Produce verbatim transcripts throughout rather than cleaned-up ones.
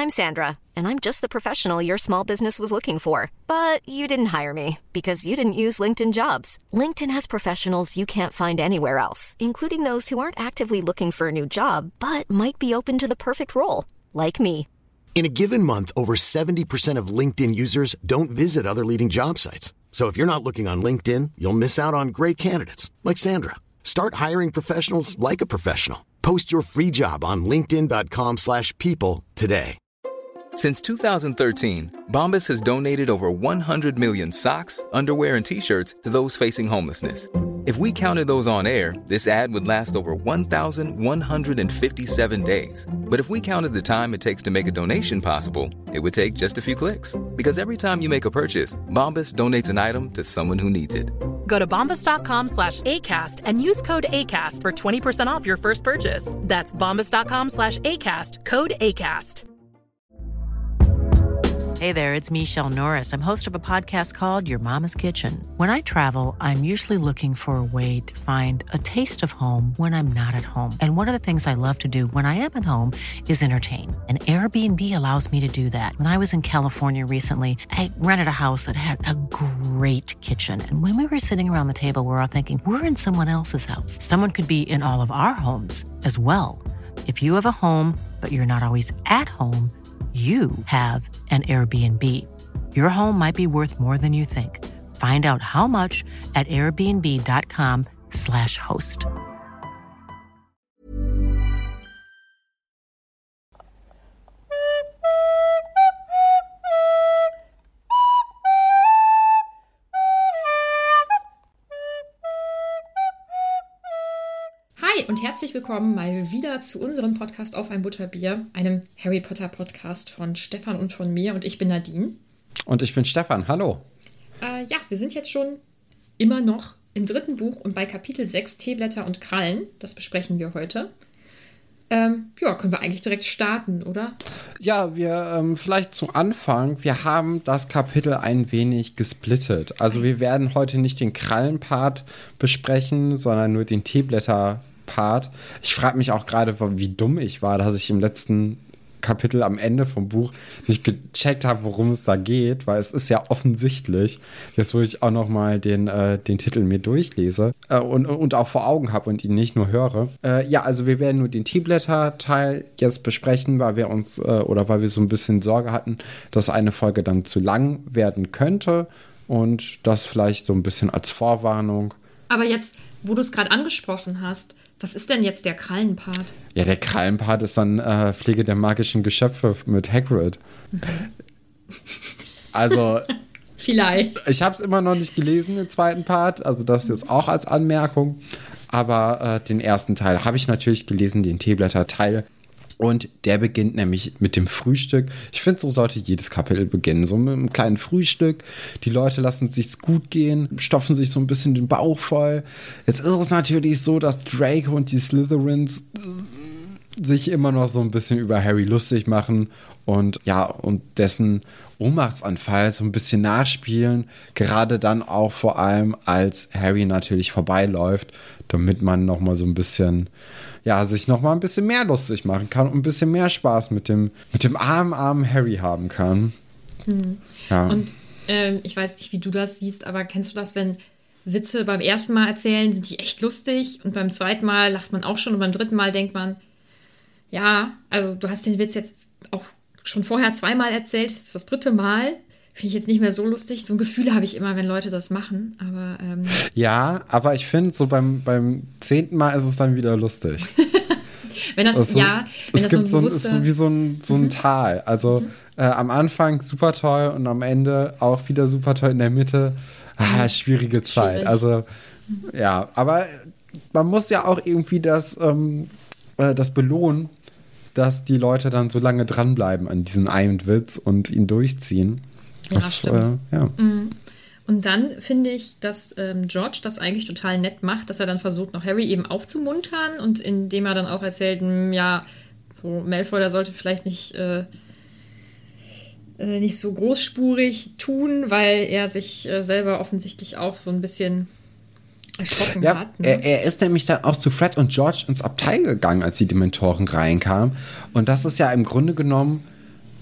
I'm Sandra, and I'm just the professional your small business was looking for. But you didn't hire me because you didn't use LinkedIn Jobs. LinkedIn has professionals you can't find anywhere else, including those who aren't actively looking for a new job, but might be open to the perfect role, like me. In a given month, over seventy percent of LinkedIn users don't visit other leading job sites. So if you're not looking on LinkedIn, you'll miss out on great candidates like Sandra. Start hiring professionals like a professional. Post your free job on linkedin dot com slash people today. Since two thousand thirteen, Bombas has donated over one hundred million socks, underwear, and T-shirts to those facing homelessness. If we counted those on air, this ad would last over one thousand one hundred fifty-seven days. But if we counted the time it takes to make a donation possible, it would take just a few clicks. Because every time you make a purchase, Bombas donates an item to someone who needs it. Go to bombas.com slash ACAST and use code ACAST for twenty percent off your first purchase. That's bombas.com slash ACAST, code ACAST. Hey there, it's Michelle Norris. I'm host of a podcast called Your Mama's Kitchen. When I travel, I'm usually looking for a way to find a taste of home when I'm not at home. And one of the things I love to do when I am at home is entertain. And Airbnb allows me to do that. When I was in California recently, I rented a house that had a great kitchen. And when we were sitting around the table, we're all thinking, we're in someone else's house. Someone could be in all of our homes as well. If you have a home, but you're not always at home, you have an Airbnb. Your home might be worth more than you think. Find out how much at airbnb.com slash host. Hi und herzlich willkommen mal wieder zu unserem Podcast Auf ein Butterbier, einem Harry Potter Podcast von Stefan und von mir, und ich bin Nadine. Und ich bin Stefan, hallo. Äh, ja, wir sind jetzt schon immer noch im dritten Buch und bei Kapitel sechs Teeblätter und Krallen, das besprechen wir heute. Ähm, ja, können wir eigentlich direkt starten, oder? Ja, wir ähm, vielleicht zu Anfang, wir haben das Kapitel ein wenig gesplittet. Also wir werden heute nicht den Krallenpart besprechen, sondern nur den Teeblätter-Part. Ich frage mich auch gerade, wie dumm ich war, dass ich im letzten Kapitel am Ende vom Buch nicht gecheckt habe, worum es da geht, weil es ist ja offensichtlich, jetzt wo ich auch noch mal den, äh, den Titel mir durchlese äh, und, und auch vor Augen habe und ihn nicht nur höre. Äh, ja, also wir werden nur den Teeblätter-Teil jetzt besprechen, weil wir uns äh, oder weil wir so ein bisschen Sorge hatten, dass eine Folge dann zu lang werden könnte, und das vielleicht so ein bisschen als Vorwarnung. Aber jetzt, wo du es gerade angesprochen hast, was ist denn jetzt der Krallenpart? Ja, der Krallenpart ist dann äh, Pflege der magischen Geschöpfe mit Hagrid. Mhm. Also vielleicht. Ich habe es immer noch nicht gelesen, den zweiten Part, also das jetzt auch als Anmerkung. Aber äh, den ersten Teil habe ich natürlich gelesen, den Teeblätter-Teil. Und der beginnt nämlich mit dem Frühstück. Ich finde, so sollte jedes Kapitel beginnen. So mit einem kleinen Frühstück. Die Leute lassen es sich gut gehen, stopfen sich so ein bisschen den Bauch voll. Jetzt ist es natürlich so, dass Draco und die Slytherins sich immer noch so ein bisschen über Harry lustig machen. Und ja, und dessen Ohnmachtsanfall so ein bisschen nachspielen. Gerade dann auch vor allem, als Harry natürlich vorbeiläuft, damit man noch mal so ein bisschen... ja, sich noch mal ein bisschen mehr lustig machen kann und ein bisschen mehr Spaß mit dem, mit dem armen, armen Harry haben kann. Mhm. Ja. Und ähm, ich weiß nicht, wie du das siehst, aber kennst du das, wenn Witze beim ersten Mal erzählen, sind die echt lustig, und beim zweiten Mal lacht man auch schon, und beim dritten Mal denkt man, ja, also du hast den Witz jetzt auch schon vorher zweimal erzählt, das ist das dritte Mal. Finde ich jetzt nicht mehr so lustig. So ein Gefühl habe ich immer, wenn Leute das machen. Aber ähm ja, aber ich finde, so beim, beim zehnten Mal ist es dann wieder lustig. wenn das, also, ja, wenn es das gibt so ein so ein, ist so wie so ein, so ein mhm. Tal. Also mhm. äh, am Anfang super toll und am Ende auch wieder super toll in der Mitte. Ah, schwierige Zeit. Schwierig. Also ja, aber man muss ja auch irgendwie das, ähm, äh, das belohnen, dass die Leute dann so lange dranbleiben an diesen einen Witz und ihn durchziehen. Ja, das, stimmt. Äh, ja. Und dann finde ich, dass ähm, George das eigentlich total nett macht, dass er dann versucht, noch Harry eben aufzumuntern, und indem er dann auch erzählt, mh, ja, so Malfoy, der sollte vielleicht nicht, äh, äh, nicht so großspurig tun, weil er sich äh, selber offensichtlich auch so ein bisschen erschrocken ja, hat. Ne? Er, er ist nämlich dann auch zu Fred und George ins Abteil gegangen, als die Dementoren reinkamen. Und das ist ja im Grunde genommen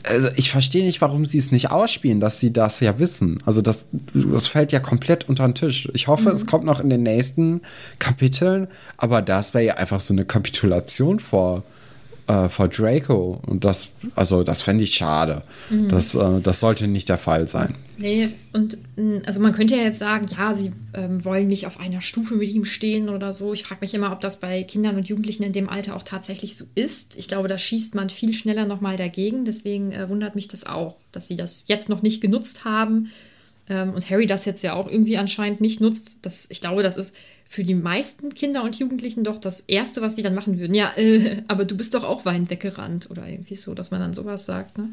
also ich verstehe nicht, warum sie es nicht ausspielen, dass sie das ja wissen. Also das, das fällt ja komplett unter den Tisch. Ich hoffe, mhm. es kommt noch in den nächsten Kapiteln, aber das wäre ja einfach so eine Kapitulation vor, äh, vor Draco. Und das, also das fände ich schade. Mhm. Das, äh, das sollte nicht der Fall sein. Nee, und also man könnte ja jetzt sagen, ja, sie ähm, wollen nicht auf einer Stufe mit ihm stehen oder so. Ich frage mich immer, ob das bei Kindern und Jugendlichen in dem Alter auch tatsächlich so ist. Ich glaube, da schießt man viel schneller nochmal dagegen. Deswegen äh, wundert mich das auch, dass sie das jetzt noch nicht genutzt haben. Ähm, und Harry das jetzt ja auch irgendwie anscheinend nicht nutzt. Das, ich glaube, das ist für die meisten Kinder und Jugendlichen doch das Erste, was sie dann machen würden. Ja, äh, aber du bist doch auch weinend weggerannt oder irgendwie so, dass man dann sowas sagt, ne?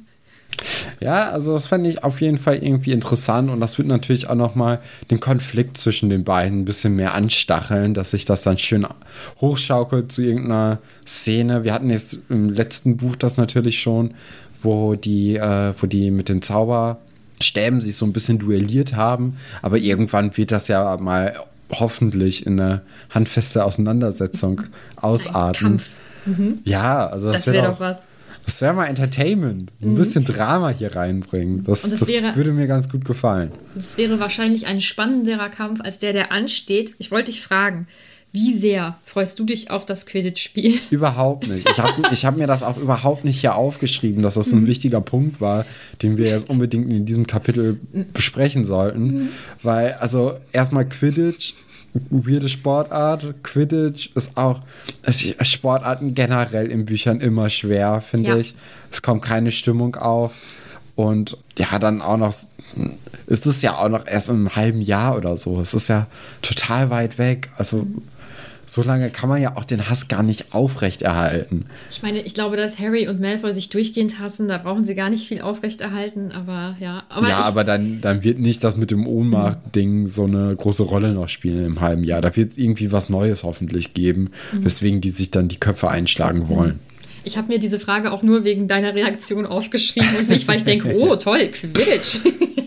Ja, also das fand ich auf jeden Fall irgendwie interessant und das wird natürlich auch nochmal den Konflikt zwischen den beiden ein bisschen mehr anstacheln, dass sich das dann schön hochschaukelt zu irgendeiner Szene. Wir hatten jetzt im letzten Buch das natürlich schon, wo die, äh, wo die mit den Zauberstäben sich so ein bisschen duelliert haben, aber irgendwann wird das ja mal hoffentlich in eine handfeste Auseinandersetzung ausarten. Ein Kampf. Mhm. Ja, also das, das wäre wär doch was. Das wäre mal Entertainment. Ein mhm. bisschen Drama hier reinbringen. Das, das, das wäre, würde mir ganz gut gefallen. Das wäre wahrscheinlich ein spannenderer Kampf als der, der ansteht. Ich wollte dich fragen, wie sehr freust du dich auf das Quidditch-Spiel? Überhaupt nicht. Ich habe ich hab mir das auch überhaupt nicht hier aufgeschrieben, dass das ein mhm. wichtiger Punkt war, den wir jetzt unbedingt in diesem Kapitel besprechen sollten. Mhm. Weil, also erstmal Quidditch, weirde Sportart. Quidditch ist auch Sportarten generell in Büchern immer schwer, finde ja. ich. Es kommt keine Stimmung auf. Und ja, dann auch noch, ist es ja auch noch erst in einem halben Jahr oder so. Es ist ja total weit weg. Also so lange kann man ja auch den Hass gar nicht aufrechterhalten. Ich meine, ich glaube, dass Harry und Malfoy sich durchgehend hassen, da brauchen sie gar nicht viel aufrechterhalten, aber ja. Aber ja, ich, aber dann, dann wird nicht das mit dem Ohnmacht-Ding mhm. so eine große Rolle noch spielen im halben Jahr. Da wird es irgendwie was Neues hoffentlich geben, mhm. weswegen die sich dann die Köpfe einschlagen wollen. Mhm. Ich habe mir diese Frage auch nur wegen deiner Reaktion aufgeschrieben und nicht, weil ich denke, oh, toll, Quidditch.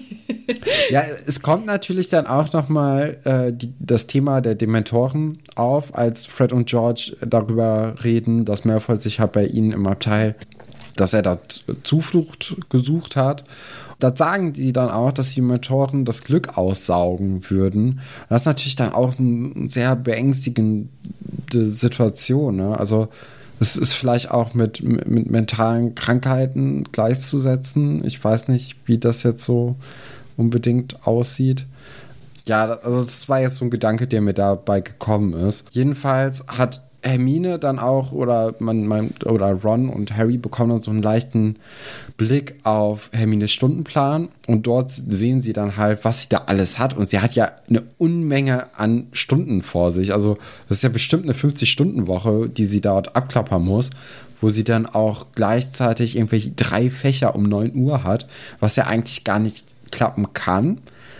Ja, es kommt natürlich dann auch noch mal äh, die, das Thema der Dementoren auf, als Fred und George darüber reden, dass Malfoy sich halt bei ihnen im Abteil, dass er da Zuflucht gesucht hat. Da sagen die dann auch, dass die Dementoren das Glück aussaugen würden. Und das ist natürlich dann auch eine sehr beängstigende Situation, ne? Also es ist vielleicht auch mit, mit, mit mentalen Krankheiten gleichzusetzen. Ich weiß nicht, wie das jetzt so unbedingt aussieht. Ja, also das war jetzt so ein Gedanke, der mir dabei gekommen ist. Jedenfalls hat Hermine dann auch, oder man, man oder Ron und Harry bekommen dann so einen leichten Blick auf Hermines Stundenplan und dort sehen sie dann halt, was sie da alles hat und sie hat ja eine Unmenge an Stunden vor sich. Also das ist ja bestimmt eine fünfzig-Stunden-Woche, die sie dort abklappern muss, wo sie dann auch gleichzeitig irgendwelche drei Fächer um neun Uhr hat, was ja eigentlich gar nicht klappen kann.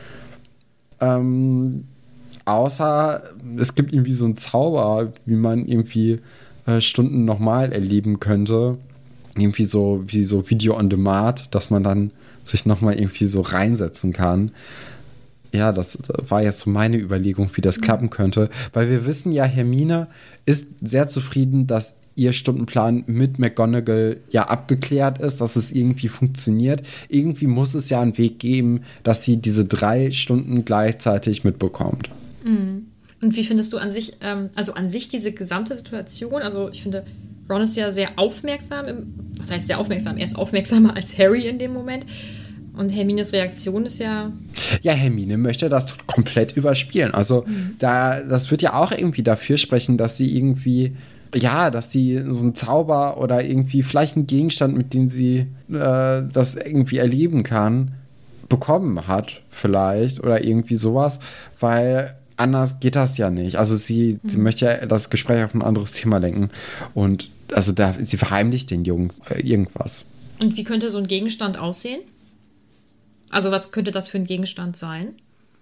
Ähm, außer es gibt irgendwie so einen Zauber, wie man irgendwie äh, Stunden nochmal erleben könnte. Irgendwie so wie so Video on Demand, dass man dann sich nochmal irgendwie so reinsetzen kann. Ja, das war jetzt so meine Überlegung, wie das klappen könnte. Weil wir wissen ja, Hermine ist sehr zufrieden, dass ihr Stundenplan mit McGonagall ja abgeklärt ist, dass es irgendwie funktioniert. Irgendwie muss es ja einen Weg geben, dass sie diese drei Stunden gleichzeitig mitbekommt. Mhm. Und wie findest du an sich, ähm, also an sich diese gesamte Situation? Also ich finde, Ron ist ja sehr aufmerksam, im, was heißt sehr aufmerksam? Er ist aufmerksamer als Harry in dem Moment. Und Hermines Reaktion ist ja... Ja, Hermine möchte das komplett überspielen. Also mhm. da, das wird ja auch irgendwie dafür sprechen, dass sie irgendwie... Ja, dass die so einen Zauber oder irgendwie vielleicht einen Gegenstand, mit dem sie äh, das irgendwie erleben kann, bekommen hat vielleicht oder irgendwie sowas, weil anders geht das ja nicht. Also sie, mhm. sie möchte ja das Gespräch auf ein anderes Thema lenken und also da, sie verheimlicht den Jungs äh, irgendwas. Und wie könnte so ein Gegenstand aussehen? Also was könnte das für ein Gegenstand sein?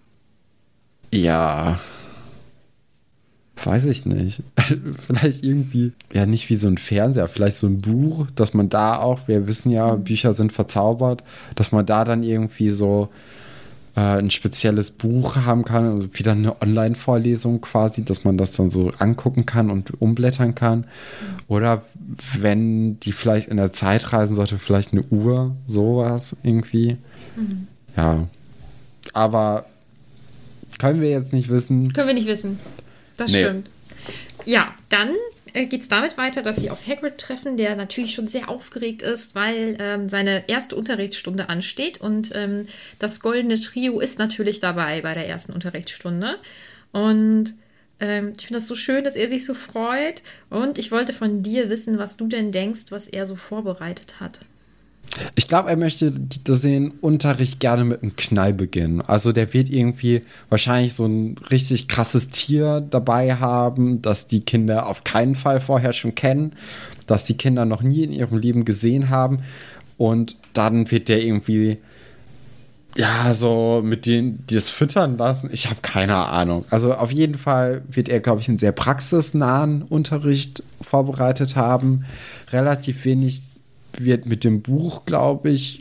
Ja... Weiß ich nicht. Vielleicht irgendwie, ja, nicht wie so ein Fernseher, vielleicht so ein Buch, dass man da auch, wir wissen ja, Bücher sind verzaubert, dass man da dann irgendwie so äh, ein spezielles Buch haben kann, also wieder eine Online-Vorlesung quasi, dass man das dann so angucken kann und umblättern kann. Oder wenn die vielleicht in der Zeit reisen sollte, vielleicht eine Uhr, sowas irgendwie. Mhm. Ja, aber können wir jetzt nicht wissen. Können wir nicht wissen. Das nee. stimmt. Ja, dann äh, geht es damit weiter, dass sie auf Hagrid treffen, der natürlich schon sehr aufgeregt ist, weil ähm, seine erste Unterrichtsstunde ansteht. Und ähm, das goldene Trio ist natürlich dabei bei der ersten Unterrichtsstunde. Und ähm, ich finde das so schön, dass er sich so freut. Und ich wollte von dir wissen, was du denn denkst, was er so vorbereitet hat. Ich glaube, er möchte den Unterricht gerne mit einem Knall beginnen. Also der wird irgendwie wahrscheinlich so ein richtig krasses Tier dabei haben, das die Kinder auf keinen Fall vorher schon kennen, das die Kinder noch nie in ihrem Leben gesehen haben. Und dann wird der irgendwie, ja, so mit denen, die es füttern lassen. Ich habe keine Ahnung. Also auf jeden Fall wird er, glaube ich, einen sehr praxisnahen Unterricht vorbereitet haben. Relativ wenig wird mit dem Buch, glaube ich,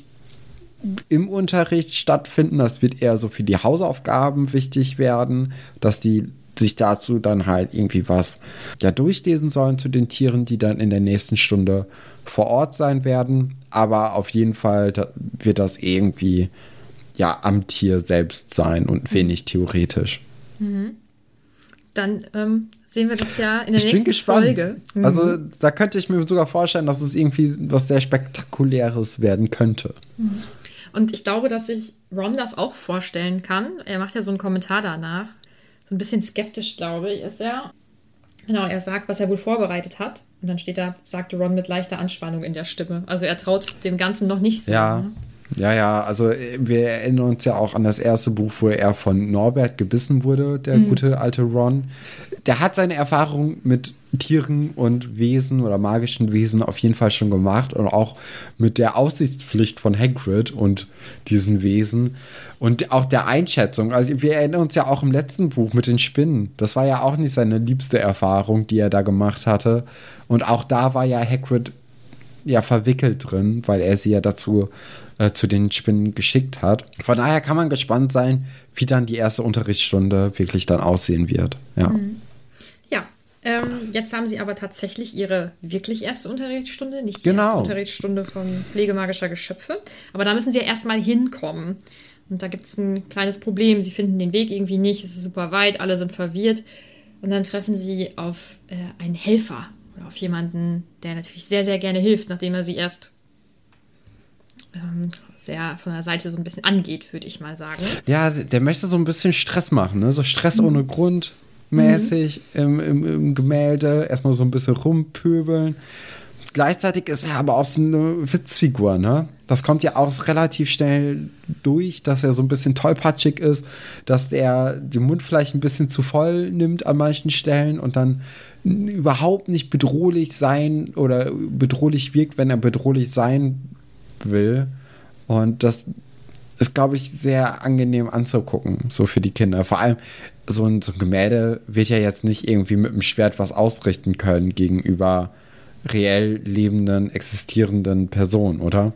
im Unterricht stattfinden. Das wird eher so für die Hausaufgaben wichtig werden, dass die sich dazu dann halt irgendwie was ja durchlesen sollen zu den Tieren, die dann in der nächsten Stunde vor Ort sein werden. Aber auf jeden Fall da wird das irgendwie ja am Tier selbst sein und wenig theoretisch. Mhm. Dann ähm sehen wir das ja in der ich nächsten bin gespannt. Folge. Mhm. Also da könnte ich mir sogar vorstellen, dass es irgendwie was sehr Spektakuläres werden könnte. Und ich glaube, dass sich Ron das auch vorstellen kann. Er macht ja so einen Kommentar danach. So ein bisschen skeptisch, glaube ich, ist er. Genau, er sagt, was er wohl vorbereitet hat. Und dann steht da, sagte Ron mit leichter Anspannung in der Stimme. Also er traut dem Ganzen noch nicht so. Ja. Ne? Ja, ja, also wir erinnern uns ja auch an das erste Buch, wo er von Norbert gebissen wurde, der mhm. gute alte Ron. Der hat seine Erfahrung mit Tieren und Wesen oder magischen Wesen auf jeden Fall schon gemacht und auch mit der Aufsichtspflicht von Hagrid und diesen Wesen und auch der Einschätzung. Also wir erinnern uns ja auch im letzten Buch mit den Spinnen. Das war ja auch nicht seine liebste Erfahrung, die er da gemacht hatte. Und auch da war ja Hagrid ja verwickelt drin, weil er sie ja dazu äh, zu den Spinnen geschickt hat. Von daher kann man gespannt sein, wie dann die erste Unterrichtsstunde wirklich dann aussehen wird. Ja, mhm. ja ähm, jetzt haben sie aber tatsächlich ihre wirklich erste Unterrichtsstunde, nicht die genau. erste Unterrichtsstunde von Pflege magischer Geschöpfe. Aber da müssen sie ja erstmal hinkommen. Und da gibt es ein kleines Problem. Sie finden den Weg irgendwie nicht, es ist super weit, alle sind verwirrt. Und dann treffen sie auf äh, einen Helfer. Oder auf jemanden, der natürlich sehr, sehr gerne hilft, nachdem er sie erst ähm, sehr von der Seite so ein bisschen angeht, würde ich mal sagen. Ja, der möchte so ein bisschen Stress machen, ne? So Stress mhm. ohne Grund mäßig mhm. im, im, im Gemälde. Erstmal so ein bisschen rumpöbeln. Gleichzeitig ist er aber auch so eine Witzfigur, ne? Das kommt ja auch relativ schnell durch, dass er so ein bisschen tollpatschig ist, dass er den Mund vielleicht ein bisschen zu voll nimmt an manchen Stellen und dann überhaupt nicht bedrohlich sein oder bedrohlich wirkt, wenn er bedrohlich sein will. Und das ist, glaube ich, sehr angenehm anzugucken, so für die Kinder. Vor allem so ein, so ein Gemälde wird ja jetzt nicht irgendwie mit dem Schwert was ausrichten können gegenüber reell lebenden, existierenden Personen, oder?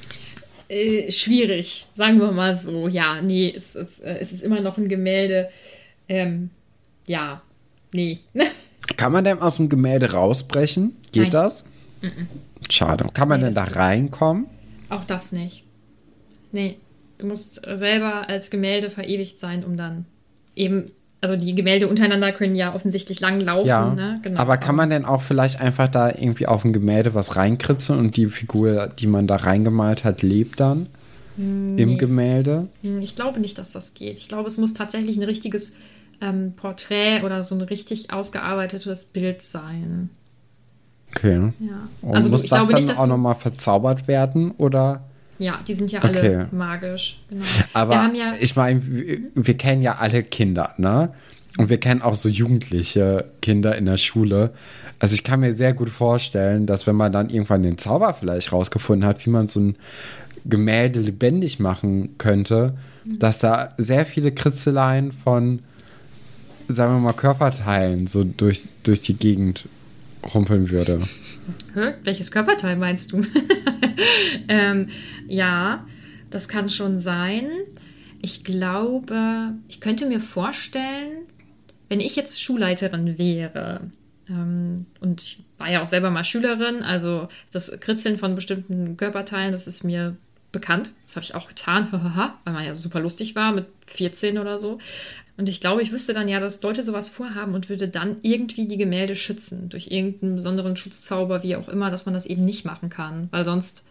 Äh, schwierig, sagen wir mal so. Ja, nee, es, es, es ist immer noch ein Gemälde. Ähm, ja, nee. Kann man denn aus dem Gemälde rausbrechen? Geht Nein. das? Mm-mm. Schade. Kann man nee, denn da reinkommen? Auch das nicht. Nee, du musst selber als Gemälde verewigt sein, um dann eben, also die Gemälde untereinander können ja offensichtlich lang laufen. Ja, ne? Genau. Aber kann man denn auch vielleicht einfach da irgendwie auf ein Gemälde was reinkritzeln und die Figur, die man da reingemalt hat, lebt dann nee. im Gemälde? Ich glaube nicht, dass das geht. Ich glaube, es muss tatsächlich ein richtiges ähm, Porträt oder so ein richtig ausgearbeitetes Bild sein. Okay. Ja. Und also, muss ich das glaube dann nicht, dass auch nochmal verzaubert werden, oder? Ja, die sind ja alle okay. magisch. Genau. Aber wir haben ja, ich meine, wir, wir kennen ja alle Kinder, ne? Und wir kennen auch so jugendliche Kinder in der Schule. Also ich kann mir sehr gut vorstellen, dass wenn man dann irgendwann den Zauber vielleicht rausgefunden hat, wie man so ein Gemälde lebendig machen könnte, mhm. dass da sehr viele Kritzeleien von, sagen wir mal, Körperteilen so durch, durch die Gegend rumpeln würde. Hä? Welches Körperteil meinst du? ähm, ja, das kann schon sein. ich glaube, ich könnte mir vorstellen, wenn ich jetzt Schulleiterin wäre, ähm, und ich war ja auch selber mal Schülerin, also das Kritzeln von bestimmten Körperteilen, das ist mir bekannt. Das habe ich auch getan, weil man ja super lustig war mit vierzehn oder so. Und ich glaube, ich wüsste dann ja, dass Leute sowas vorhaben und würde dann irgendwie die Gemälde schützen. Durch irgendeinen besonderen Schutzzauber, wie auch immer, dass man das eben nicht machen kann. Weil sonst,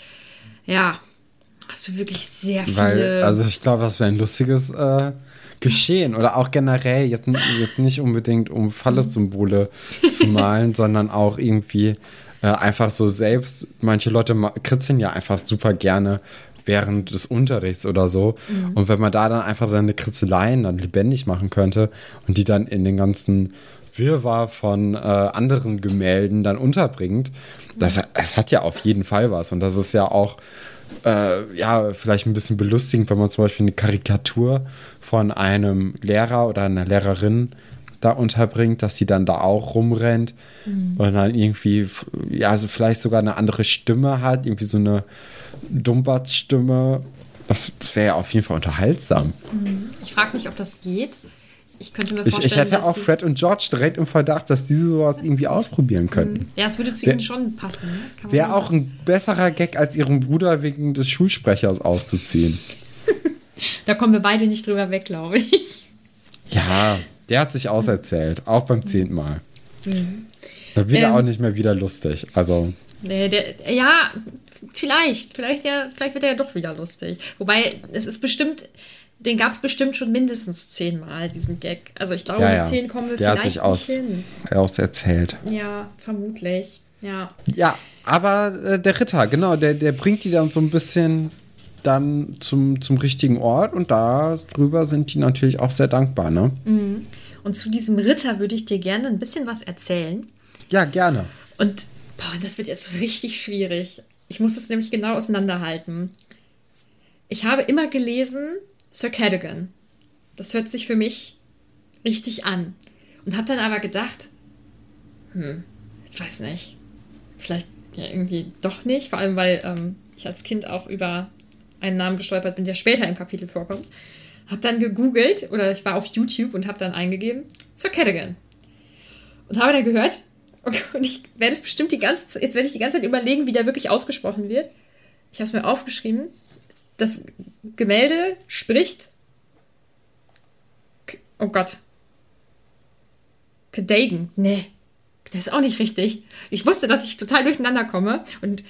ja, hast du wirklich sehr viele... Weil, also ich glaube, das wäre ein lustiges äh, Geschehen. Oder auch generell, jetzt, jetzt nicht unbedingt um Phallus-Symbole zu malen, sondern auch irgendwie äh, einfach so selbst. Manche Leute kritzeln ja einfach super gerne während des Unterrichts oder so. Mhm. Und wenn man da dann einfach seine Kritzeleien dann lebendig machen könnte und die dann in den ganzen Wirrwarr von äh, anderen Gemälden dann unterbringt, das, das hat ja auf jeden Fall was. Und das ist ja auch äh, ja, vielleicht ein bisschen belustigend, wenn man zum Beispiel eine Karikatur von einem Lehrer oder einer Lehrerin da unterbringt, dass die dann da auch rumrennt mhm. und dann irgendwie, ja, also vielleicht sogar eine andere Stimme hat, irgendwie so eine Dumbatz-Stimme. Das, das wäre ja auf jeden Fall unterhaltsam. Ich frage mich, ob das geht. Ich könnte mir ich, vorstellen, ich hätte dass auch Fred und George direkt im Verdacht, dass diese sowas irgendwie ausprobieren könnten. Ja, es würde zu ihnen schon passen. Ne? Wäre auch ein besserer Gag, als ihren Bruder wegen des Schulsprechers aufzuziehen. Da kommen wir beide nicht drüber weg, glaube ich. Ja, der hat sich auserzählt. Auch beim zehnten Mal. Mhm. Da wird ähm, er auch nicht mehr wieder lustig. Also. Nee, der, ja, vielleicht. Vielleicht, ja, vielleicht wird er ja doch wieder lustig. Wobei, es ist bestimmt, den gab es bestimmt schon mindestens zehnmal, diesen Gag. Also ich glaube, ja, ja. mit zehn kommen wir der vielleicht hat sich aus, nicht hin. auserzählt. Ja, vermutlich. Ja, ja aber äh, der Ritter, genau, der, der bringt die dann so ein bisschen dann zum, zum richtigen Ort und darüber sind die natürlich auch sehr dankbar, ne? Mhm. Und zu diesem Ritter würde ich dir gerne ein bisschen was erzählen. Ja, gerne. Und boah, das wird jetzt richtig schwierig. Ich muss das nämlich genau auseinanderhalten. Ich habe immer gelesen Sir Cadogan. Das hört sich für mich richtig an. Und habe dann aber gedacht, hm, ich weiß nicht, vielleicht ja irgendwie doch nicht. Vor allem, weil ähm, ich als Kind auch über einen Namen gestolpert bin, der später im Kapitel vorkommt. Habe dann gegoogelt, oder ich war auf YouTube und habe dann eingegeben, Sir Cadogan. Und habe dann gehört, und ich werde es bestimmt die ganze Zeit, jetzt werde ich die ganze Zeit überlegen, wie der wirklich ausgesprochen wird. Ich habe es mir aufgeschrieben. Das Gemälde spricht, oh Gott, Cadogan. Nee, das ist auch nicht richtig. Ich wusste, dass ich total durcheinander komme und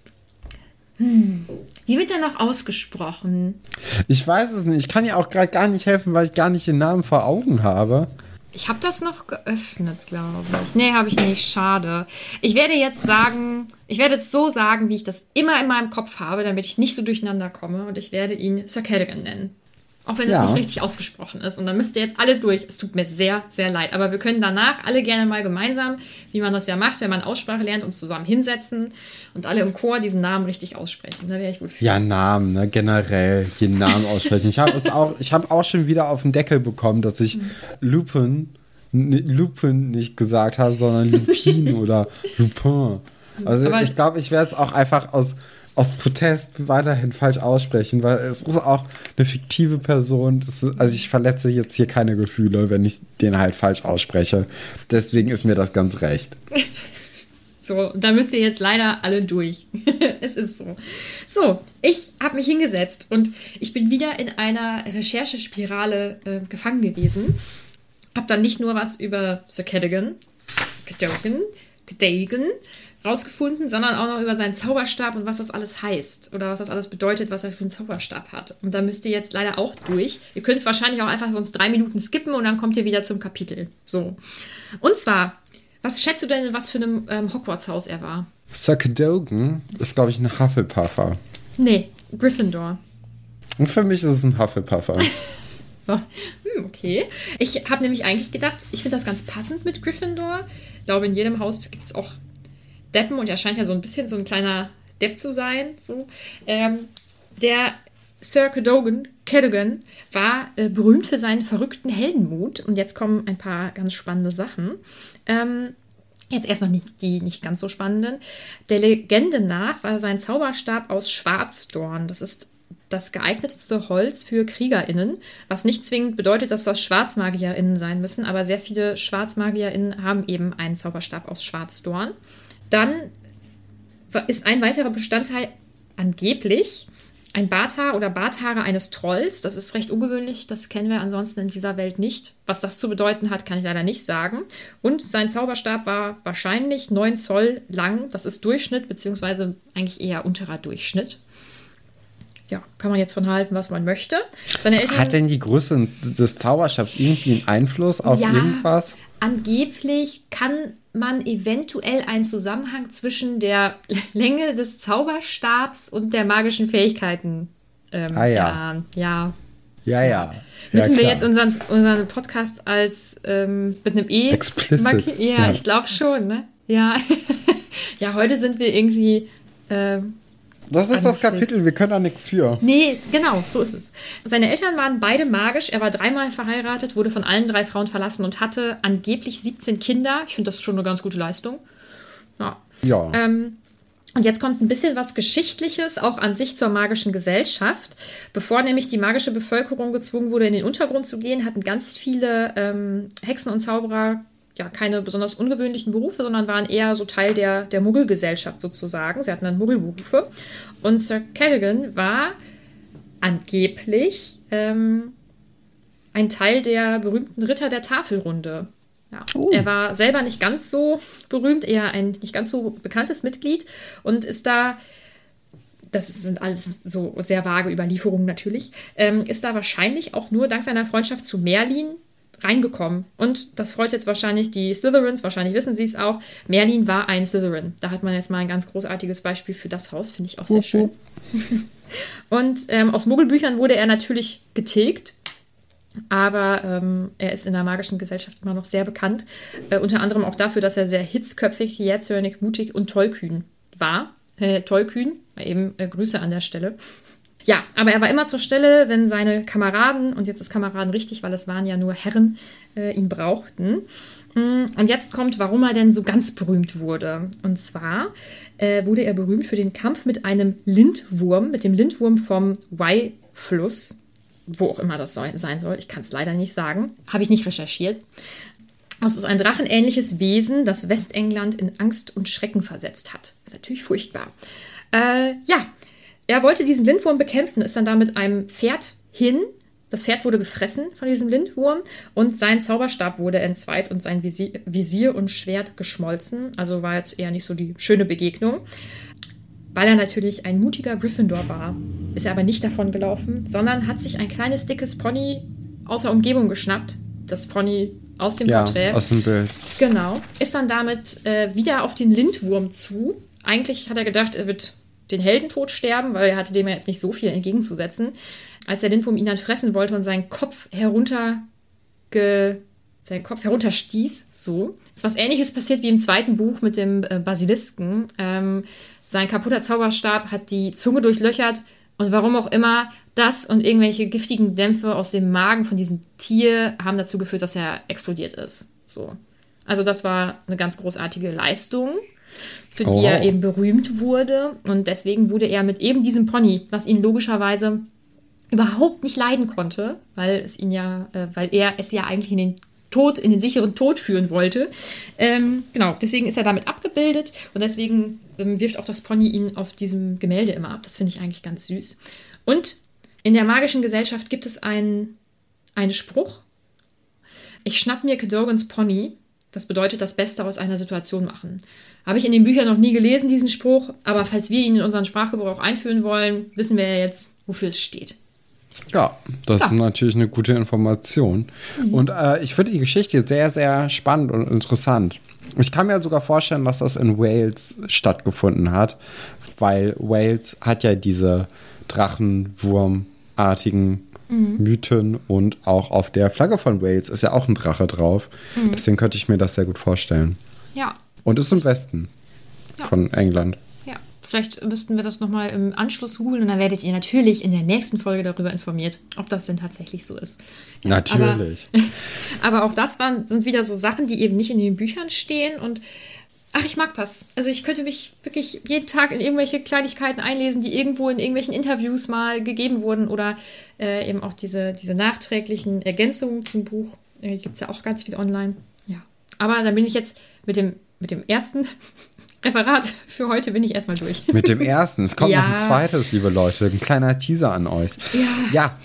Hm. Wie wird der noch ausgesprochen? Ich weiß es nicht. Ich kann ja auch gerade gar nicht helfen, weil ich gar nicht den Namen vor Augen habe. Ich habe das noch geöffnet, glaube ich. Nee, habe ich nicht. Schade. Ich werde jetzt sagen, ich werde es so sagen, wie ich das immer in meinem Kopf habe, damit ich nicht so durcheinander komme. Und ich werde ihn Sir Cadogan nennen. Auch wenn es ja. nicht richtig ausgesprochen ist. Und dann müsst ihr jetzt alle durch. Es tut mir sehr, sehr leid. Aber wir können danach alle gerne mal gemeinsam, wie man das ja macht, wenn man Aussprache lernt, uns zusammen hinsetzen und alle im Chor diesen Namen richtig aussprechen. Da wäre ich gut für. Ja, Namen, ne? Generell jeden Namen aussprechen. Ich habe auch, ich hab auch schon wieder auf den Deckel bekommen, dass ich mhm. Lupin, n- Lupin nicht gesagt habe, sondern Lupin oder Lupin. Also Aber ich glaube, ich werde es auch einfach aus... aus Protest weiterhin falsch aussprechen, weil es ist auch eine fiktive Person. Ist, also ich verletze jetzt hier keine Gefühle, wenn ich den halt falsch ausspreche. Deswegen ist mir das ganz recht. So, da müsst ihr jetzt leider alle durch. Es ist so. So, ich habe mich hingesetzt und ich bin wieder in einer Recherchespirale äh, gefangen gewesen. Habe dann nicht nur was über Sir Cadogan, Cadogan, Cadogan rausgefunden, sondern auch noch über seinen Zauberstab und was das alles heißt oder was das alles bedeutet, was er für einen Zauberstab hat. Und da müsst ihr jetzt leider auch durch. Ihr könnt wahrscheinlich auch einfach sonst drei Minuten skippen und dann kommt ihr wieder zum Kapitel. So. Und zwar, was schätzt du denn, was für ein ähm, Hogwarts-Haus er war? Sir Cadogan ist, glaube ich, ein Hufflepuffer. Nee, Gryffindor. Und für mich ist es ein Hufflepuffer. hm, okay. Ich habe nämlich eigentlich gedacht, ich finde das ganz passend mit Gryffindor. Ich glaube, in jedem Haus gibt es auch Deppen und er scheint ja so ein bisschen so ein kleiner Depp zu sein. So. Ähm, der Sir Cadogan, Cadogan war äh, berühmt für seinen verrückten Heldenmut. Und jetzt kommen ein paar ganz spannende Sachen. Ähm, jetzt erst noch nicht die nicht ganz so spannenden. Der Legende nach war sein Zauberstab aus Schwarzdorn. Das ist das geeignetste Holz für KriegerInnen, was nicht zwingend bedeutet, dass das SchwarzmagierInnen sein müssen, aber sehr viele SchwarzmagierInnen haben eben einen Zauberstab aus Schwarzdorn. Dann ist ein weiterer Bestandteil angeblich ein Barthaar oder Barthaare eines Trolls. Das ist recht ungewöhnlich, das kennen wir ansonsten in dieser Welt nicht. Was das zu bedeuten hat, kann ich leider nicht sagen. Und sein Zauberstab war wahrscheinlich neun Zoll lang. Das ist Durchschnitt, beziehungsweise eigentlich eher unterer Durchschnitt. Ja, kann man jetzt von halten, was man möchte. Seine Eltern, hat denn die Größe des Zauberstabs irgendwie einen Einfluss auf ja, irgendwas? Angeblich kann man eventuell einen Zusammenhang zwischen der Länge des Zauberstabs und der magischen Fähigkeiten ähm, ah, ja. erahnen. Ja. Ja, ja. Müssen ja, wir jetzt unseren, unseren Podcast als ähm, mit einem E explicit? Ja, ja, ich glaube schon, ne? Ja. Ja, heute sind wir irgendwie ähm, das ist das Kapitel, wir können da nichts für. Nee, genau, so ist es. Seine Eltern waren beide magisch. Er war dreimal verheiratet, wurde von allen drei Frauen verlassen und hatte angeblich siebzehn Kinder. Ich finde, das ist schon eine ganz gute Leistung. Ja. ja. Ähm, und jetzt kommt ein bisschen was Geschichtliches auch an sich zur magischen Gesellschaft. Bevor nämlich die magische Bevölkerung gezwungen wurde, in den Untergrund zu gehen, hatten ganz viele ähm, Hexen und Zauberer ja keine besonders ungewöhnlichen Berufe, sondern waren eher so Teil der, der Muggelgesellschaft sozusagen. Sie hatten dann Muggelberufe. Und Sir Cadogan war angeblich ähm, ein Teil der berühmten Ritter der Tafelrunde. Ja. Oh. Er war selber nicht ganz so berühmt, eher ein nicht ganz so bekanntes Mitglied und ist da, das sind alles so sehr vage Überlieferungen natürlich, ähm, ist da wahrscheinlich auch nur dank seiner Freundschaft zu Merlin reingekommen. Und das freut jetzt wahrscheinlich die Slytherins, wahrscheinlich wissen sie es auch. Merlin war ein Slytherin. Da hat man jetzt mal ein ganz großartiges Beispiel für das Haus, finde ich auch sehr uh-huh. schön. Und ähm, aus Muggelbüchern wurde er natürlich getilgt, aber ähm, er ist in der magischen Gesellschaft immer noch sehr bekannt. Äh, unter anderem auch dafür, dass er sehr hitzköpfig, jähzornig, mutig und tollkühn war. Äh, tollkühn, eben äh, Grüße an der Stelle. Ja, aber er war immer zur Stelle, wenn seine Kameraden, und jetzt ist Kameraden richtig, weil es waren ja nur Herren, äh, ihn brauchten. Und jetzt kommt, warum er denn so ganz berühmt wurde. Und zwar äh, wurde er berühmt für den Kampf mit einem Lindwurm, mit dem Lindwurm vom Wye-Fluss, wo auch immer das sein soll. Ich kann es leider nicht sagen. Habe ich nicht recherchiert. Das ist ein drachenähnliches Wesen, das Westengland in Angst und Schrecken versetzt hat. Das ist natürlich furchtbar. Äh, ja, er wollte diesen Lindwurm bekämpfen, ist dann da mit einem Pferd hin. Das Pferd wurde gefressen von diesem Lindwurm und sein Zauberstab wurde entzweit und sein Visier, Visier und Schwert geschmolzen. Also war jetzt eher nicht so die schöne Begegnung. Weil er natürlich ein mutiger Gryffindor war, ist er aber nicht davon gelaufen, sondern hat sich ein kleines, dickes Pony aus der Umgebung geschnappt. Das Pony aus dem ja, Porträt. aus dem Bild. Genau. Ist dann damit äh, wieder auf den Lindwurm zu. Eigentlich hat er gedacht, er wird den Heldentod sterben, weil er hatte dem ja jetzt nicht so viel entgegenzusetzen. Als der Lindwurm ihn dann fressen wollte und seinen Kopf herunter seinen Kopf herunterstieß, so. Ist was Ähnliches passiert wie im zweiten Buch mit dem äh, Basilisken. Ähm, sein kaputter Zauberstab hat die Zunge durchlöchert und warum auch immer, das und irgendwelche giftigen Dämpfe aus dem Magen von diesem Tier haben dazu geführt, dass er explodiert ist. So. Also das war eine ganz großartige Leistung, für die oh. er eben berühmt wurde. Und deswegen wurde er mit eben diesem Pony, was ihn logischerweise überhaupt nicht leiden konnte, weil es ihn ja, äh, weil er es ja eigentlich in den Tod, in den sicheren Tod führen wollte. Ähm, genau, deswegen ist er damit abgebildet und deswegen ähm, wirft auch das Pony ihn auf diesem Gemälde immer ab. Das finde ich eigentlich ganz süß. Und in der magischen Gesellschaft gibt es einen, einen Spruch. Ich schnapp mir Cadogans Pony. Das bedeutet, das Beste aus einer Situation machen. Habe ich in den Büchern noch nie gelesen, diesen Spruch, aber falls wir ihn in unseren Sprachgebrauch einführen wollen, wissen wir ja jetzt, wofür es steht. Ja, das ja. ist natürlich eine gute Information. Mhm. Und äh, ich finde die Geschichte sehr, sehr spannend und interessant. Ich kann mir sogar vorstellen, dass das in Wales stattgefunden hat, weil Wales hat ja diese Drachenwurmartigen mhm. Mythen und auch auf der Flagge von Wales ist ja auch ein Drache drauf. Mhm. Deswegen könnte ich mir das sehr gut vorstellen. Ja. Und ist im Westen ja. von England. Vielleicht müssten wir das nochmal im Anschluss googeln und dann werdet ihr natürlich in der nächsten Folge darüber informiert, ob das denn tatsächlich so ist. Ja, natürlich. Aber, aber auch das waren, sind wieder so Sachen, die eben nicht in den Büchern stehen und Ach, ich mag das. Also ich könnte mich wirklich jeden Tag in irgendwelche Kleinigkeiten einlesen, die irgendwo in irgendwelchen Interviews mal gegeben wurden oder äh, eben auch diese, diese nachträglichen Ergänzungen zum Buch. Äh, gibt es ja auch ganz viel online. Ja. Aber dann bin ich jetzt mit dem, mit dem ersten Referat für heute bin ich erstmal durch. Mit dem ersten. Es kommt Ja. noch ein zweites, liebe Leute. Ein kleiner Teaser an euch. Ja. Ja.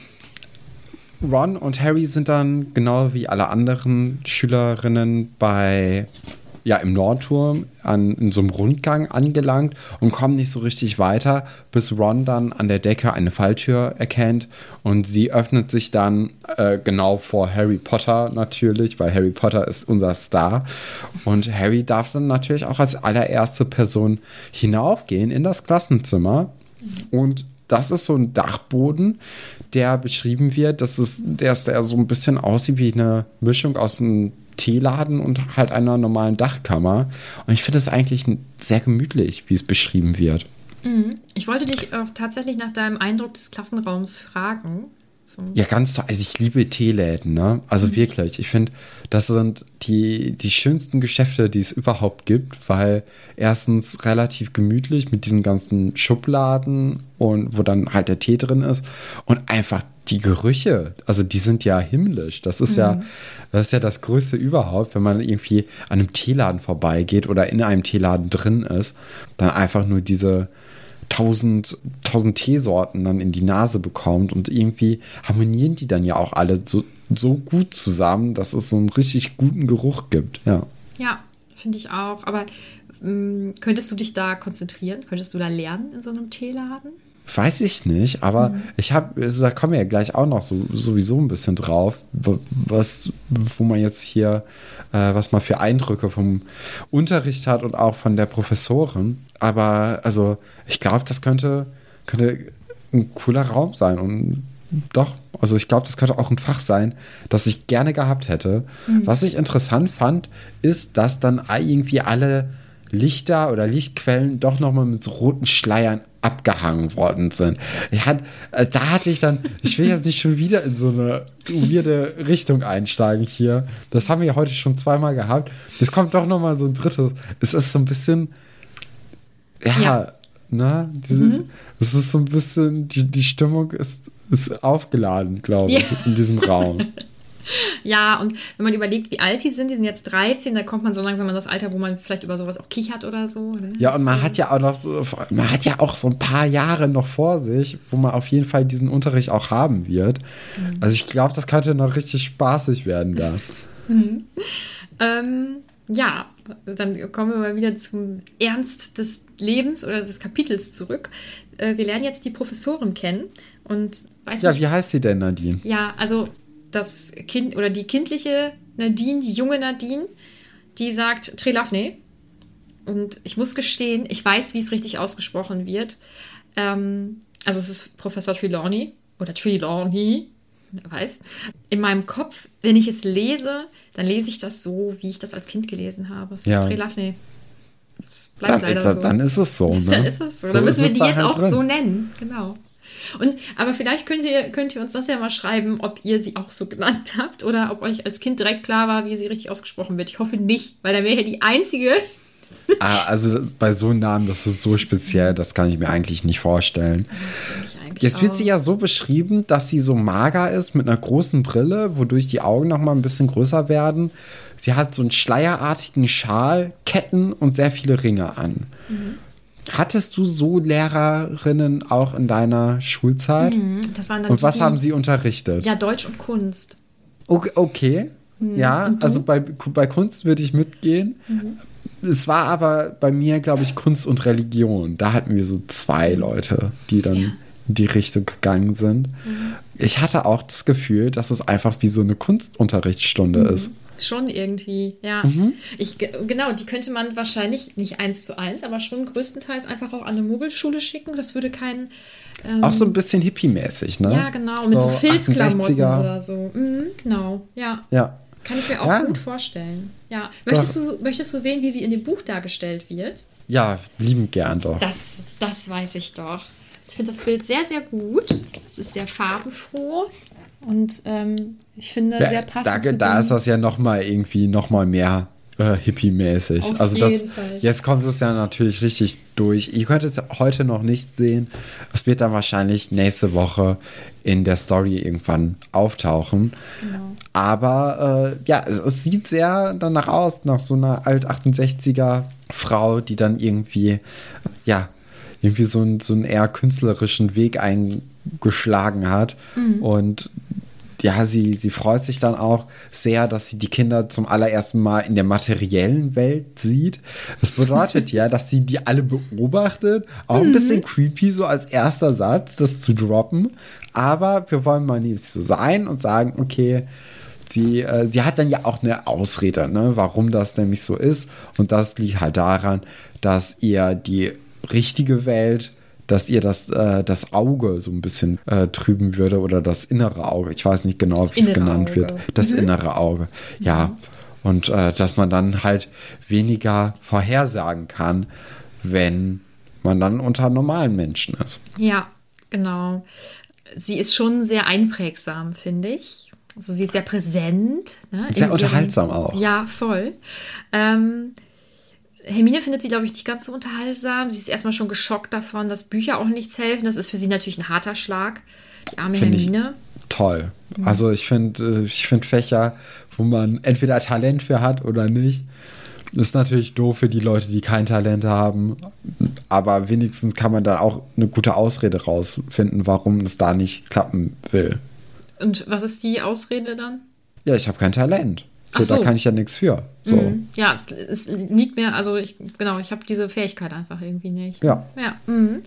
Ron und Harry sind dann genau wie alle anderen Schülerinnen bei, ja, im Nordturm an, in so einem Rundgang angelangt und kommen nicht so richtig weiter, bis Ron dann an der Decke eine Falltür erkennt und sie öffnet sich dann äh, genau vor Harry Potter natürlich, weil Harry Potter ist unser Star und Harry darf dann natürlich auch als allererste Person hinaufgehen in das Klassenzimmer und das ist so ein Dachboden, der beschrieben wird, dass es, der, ist, der so ein bisschen aussieht wie eine Mischung aus einem Teeladen und halt einer normalen Dachkammer. Und ich finde es eigentlich sehr gemütlich, wie es beschrieben wird. Mhm. Ich wollte dich auch tatsächlich nach deinem Eindruck des Klassenraums fragen. So. Ja, ganz toll. Also ich liebe Teeläden, ne? Also mhm. wirklich. Ich finde, das sind die, die schönsten Geschäfte, die es überhaupt gibt, weil erstens relativ gemütlich mit diesen ganzen Schubladen und wo dann halt der Tee drin ist und einfach die Gerüche, also die sind ja himmlisch. Das ist mhm. ja, das ist ja das Größte überhaupt, wenn man irgendwie an einem Teeladen vorbeigeht oder in einem Teeladen drin ist, dann einfach nur diese tausend, tausend Teesorten dann in die Nase bekommt und irgendwie harmonieren die dann ja auch alle so, so gut zusammen, dass es so einen richtig guten Geruch gibt. Ja, ja, finde ich auch. Aber mh, könntest du dich da konzentrieren? Könntest du da lernen in so einem Teeladen? Weiß ich nicht, aber mhm. ich habe, also da kommen wir ja gleich auch noch so, sowieso ein bisschen drauf, was, wo man jetzt hier, äh, was man für Eindrücke vom Unterricht hat und auch von der Professorin. Aber also ich glaube, das könnte, könnte ein cooler Raum sein und doch, also ich glaube, das könnte auch ein Fach sein, das ich gerne gehabt hätte. Mhm. Was ich interessant fand, ist, dass dann irgendwie alle Lichter oder Lichtquellen doch nochmal mit so roten Schleiern abgehangen worden sind. Ich hat, äh, da hatte ich dann, ich will jetzt nicht schon wieder in so eine weirde Richtung einsteigen hier. Das haben wir ja heute schon zweimal gehabt. Es kommt doch nochmal so ein drittes. Es ist so ein bisschen, ja, ja. ne? Diese, mhm. Es ist so ein bisschen, die, die Stimmung ist, ist aufgeladen, glaube ich, ja. in diesem Raum. Ja, und wenn man überlegt, wie alt die sind, die sind jetzt dreizehn, da kommt man so langsam in das Alter, wo man vielleicht über sowas auch kichert oder so. Ne? Ja, und man hat ja auch noch so, man hat ja auch so ein paar Jahre noch vor sich, wo man auf jeden Fall diesen Unterricht auch haben wird. Mhm. Also ich glaube, das könnte noch richtig spaßig werden da. Mhm. Ähm, ja, dann kommen wir mal wieder zum Ernst des Lebens oder des Kapitels zurück. Äh, wir lernen jetzt die Professorin kennen und weiß Ja, nicht, wie heißt sie denn, Nadine? Ja, also das Kind oder die kindliche Nadine, die junge Nadine, die sagt Trelawney. Und ich muss gestehen, ich weiß, wie es richtig ausgesprochen wird. Ähm, also es ist Professor Trelawney oder Trelawney, wer weiß. In meinem Kopf, wenn ich es lese, dann lese ich das so, wie ich das als Kind gelesen habe. Es ja. ist Trelawney. Das bleibt dann, leider dann, so. Dann ist es so, ne? Dann ist es so. so dann müssen wir die da jetzt halt auch drin. so nennen. Genau. Und, aber vielleicht könnt ihr, könnt ihr uns das ja mal schreiben, ob ihr sie auch so genannt habt oder ob euch als Kind direkt klar war, wie sie richtig ausgesprochen wird. Ich hoffe nicht, weil dann wäre ja die einzige. Ah, also bei so einem Namen, das ist so speziell, das kann ich mir eigentlich nicht vorstellen. Ich eigentlich Jetzt wird auch. sie ja so beschrieben, dass sie so mager ist mit einer großen Brille, wodurch die Augen noch mal ein bisschen größer werden. Sie hat so einen schleierartigen Schal, Ketten und sehr viele Ringe an. Mhm. Hattest du so Lehrerinnen auch in deiner Schulzeit? Mhm, das waren dann und was die, haben sie unterrichtet? Ja, Deutsch und Kunst. Okay, okay. Mhm. Ja, also bei, bei Kunst würde ich mitgehen. Mhm. Es war aber bei mir, glaube ich, Kunst und Religion. Da hatten wir so zwei Leute, die dann ja. in die Richtung gegangen sind. Mhm. Ich hatte auch das Gefühl, dass es einfach wie so eine Kunstunterrichtsstunde mhm. ist. Schon irgendwie, ja. Mhm. Ich, genau, die könnte man wahrscheinlich nicht eins zu eins, aber schon größtenteils einfach auch an eine Mogelschule schicken. Das würde kein... Ähm, auch so ein bisschen hippie-mäßig, ne? Ja, genau, so mit so Filzklamotten achtundsechziger oder so. Mhm, genau, ja. Ja. Kann ich mir auch ja. gut vorstellen. Ja. Möchtest du, möchtest du sehen, wie sie in dem Buch dargestellt wird? Ja, liebend gern doch. Das, das weiß ich doch. Ich finde das Bild sehr, sehr gut. Es ist sehr farbenfroh und ähm, ich finde ja, sehr passend. Da, zu da dem, ist das ja noch mal irgendwie noch mal mehr äh, hippie-mäßig. Auf also jeden das, Fall. Jetzt kommt es ja natürlich richtig durch. Ihr könnt es heute noch nicht sehen. Es wird dann wahrscheinlich nächste Woche in der Story irgendwann auftauchen. Genau. Aber äh, ja, es, es sieht sehr danach aus, nach so einer alt-achtundsechziger Frau, die dann irgendwie, ja, irgendwie so, ein, so einen eher künstlerischen Weg eingeschlagen hat. Mhm. Und ja, sie, sie freut sich dann auch sehr, dass sie die Kinder zum allerersten Mal in der materiellen Welt sieht. Das bedeutet ja, dass sie die alle beobachtet. Auch ein bisschen creepy, so als erster Satz, das zu droppen. Aber wir wollen mal nicht so sein und sagen, okay, sie, äh, sie hat dann ja auch eine Ausrede, ne, warum das nämlich so ist. Und das liegt halt daran, dass ihr die richtige Welt, dass ihr das, äh, das Auge so ein bisschen äh, trüben würde oder das innere Auge. Ich weiß nicht genau, wie es genannt Auge. wird. Das mhm. innere Auge, ja. Mhm. Und äh, dass man dann halt weniger vorhersagen kann, wenn man dann unter normalen Menschen ist. Ja, genau. Sie ist schon sehr einprägsam, finde ich. Also sie ist sehr präsent. Ne, sehr unterhaltsam ihren, auch. Ja, voll. Ähm, Hermine findet sie, glaube ich, nicht ganz so unterhaltsam. Sie ist erstmal schon geschockt davon, dass Bücher auch nichts helfen. Das ist für sie natürlich ein harter Schlag. Die arme find Hermine. Ich toll. Mhm. Also ich finde ich find Fächer, wo man entweder Talent für hat oder nicht, ist natürlich doof für die Leute, die kein Talent haben. Aber wenigstens kann man da auch eine gute Ausrede rausfinden, warum es da nicht klappen will. Und was ist die Ausrede dann? Ja, ich habe kein Talent. So, so, da kann ich ja nichts für. So. Mm, ja, es, es liegt mir, also ich, genau, ich habe diese Fähigkeit einfach irgendwie nicht. Ja. ja mm.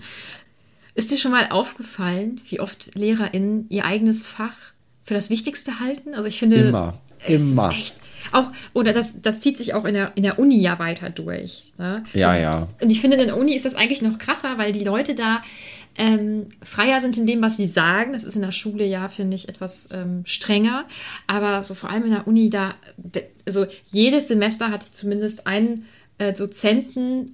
Ist dir schon mal aufgefallen, wie oft LehrerInnen ihr eigenes Fach für das Wichtigste halten? Also ich finde, immer, es immer. Ist echt, auch, oder das, das zieht sich auch in der, in der Uni ja weiter durch. Ne? Ja, ja. Und ich finde, in der Uni ist das eigentlich noch krasser, weil die Leute da Ähm, freier sind in dem, was sie sagen. Das ist in der Schule ja, finde ich, etwas ähm, strenger. Aber so vor allem in der Uni, da, also jedes Semester hatte ich zumindest einen äh, Dozenten,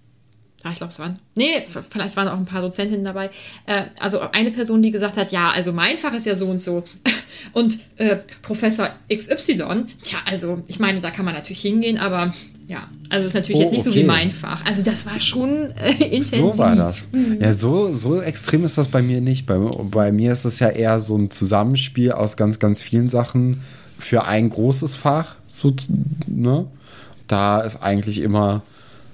ah, ich glaube, es waren, nee, vielleicht waren auch ein paar Dozentinnen dabei, äh, also eine Person, die gesagt hat, ja, also mein Fach ist ja so und so. Und äh, Professor X Y, tja, also ich meine, da kann man natürlich hingehen, aber ja, also ist natürlich oh, jetzt nicht okay. so wie mein Fach. Also das war schon äh, intensiv. So war das. Mhm. Ja, so, so extrem ist das bei mir nicht. Bei, bei mir ist es ja eher so ein Zusammenspiel aus ganz, ganz vielen Sachen für ein großes Fach. So, ne? Da ist eigentlich immer,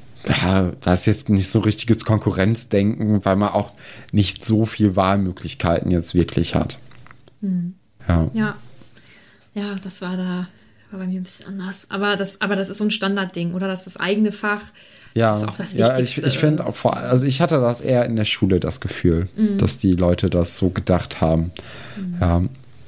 ja, da ist jetzt nicht so richtiges Konkurrenzdenken, weil man auch nicht so viel Wahlmöglichkeiten jetzt wirklich hat. Mhm. Ja. ja. Ja, das war da. War bei mir ein bisschen anders. Aber das, aber das ist so ein Standardding, oder? Das ist das eigene Fach. Ja, das ist auch das ja, Wichtigste. ich, ich finde, also ich hatte das eher in der Schule, das Gefühl, mhm. dass die Leute das so gedacht haben. Mhm. Ja.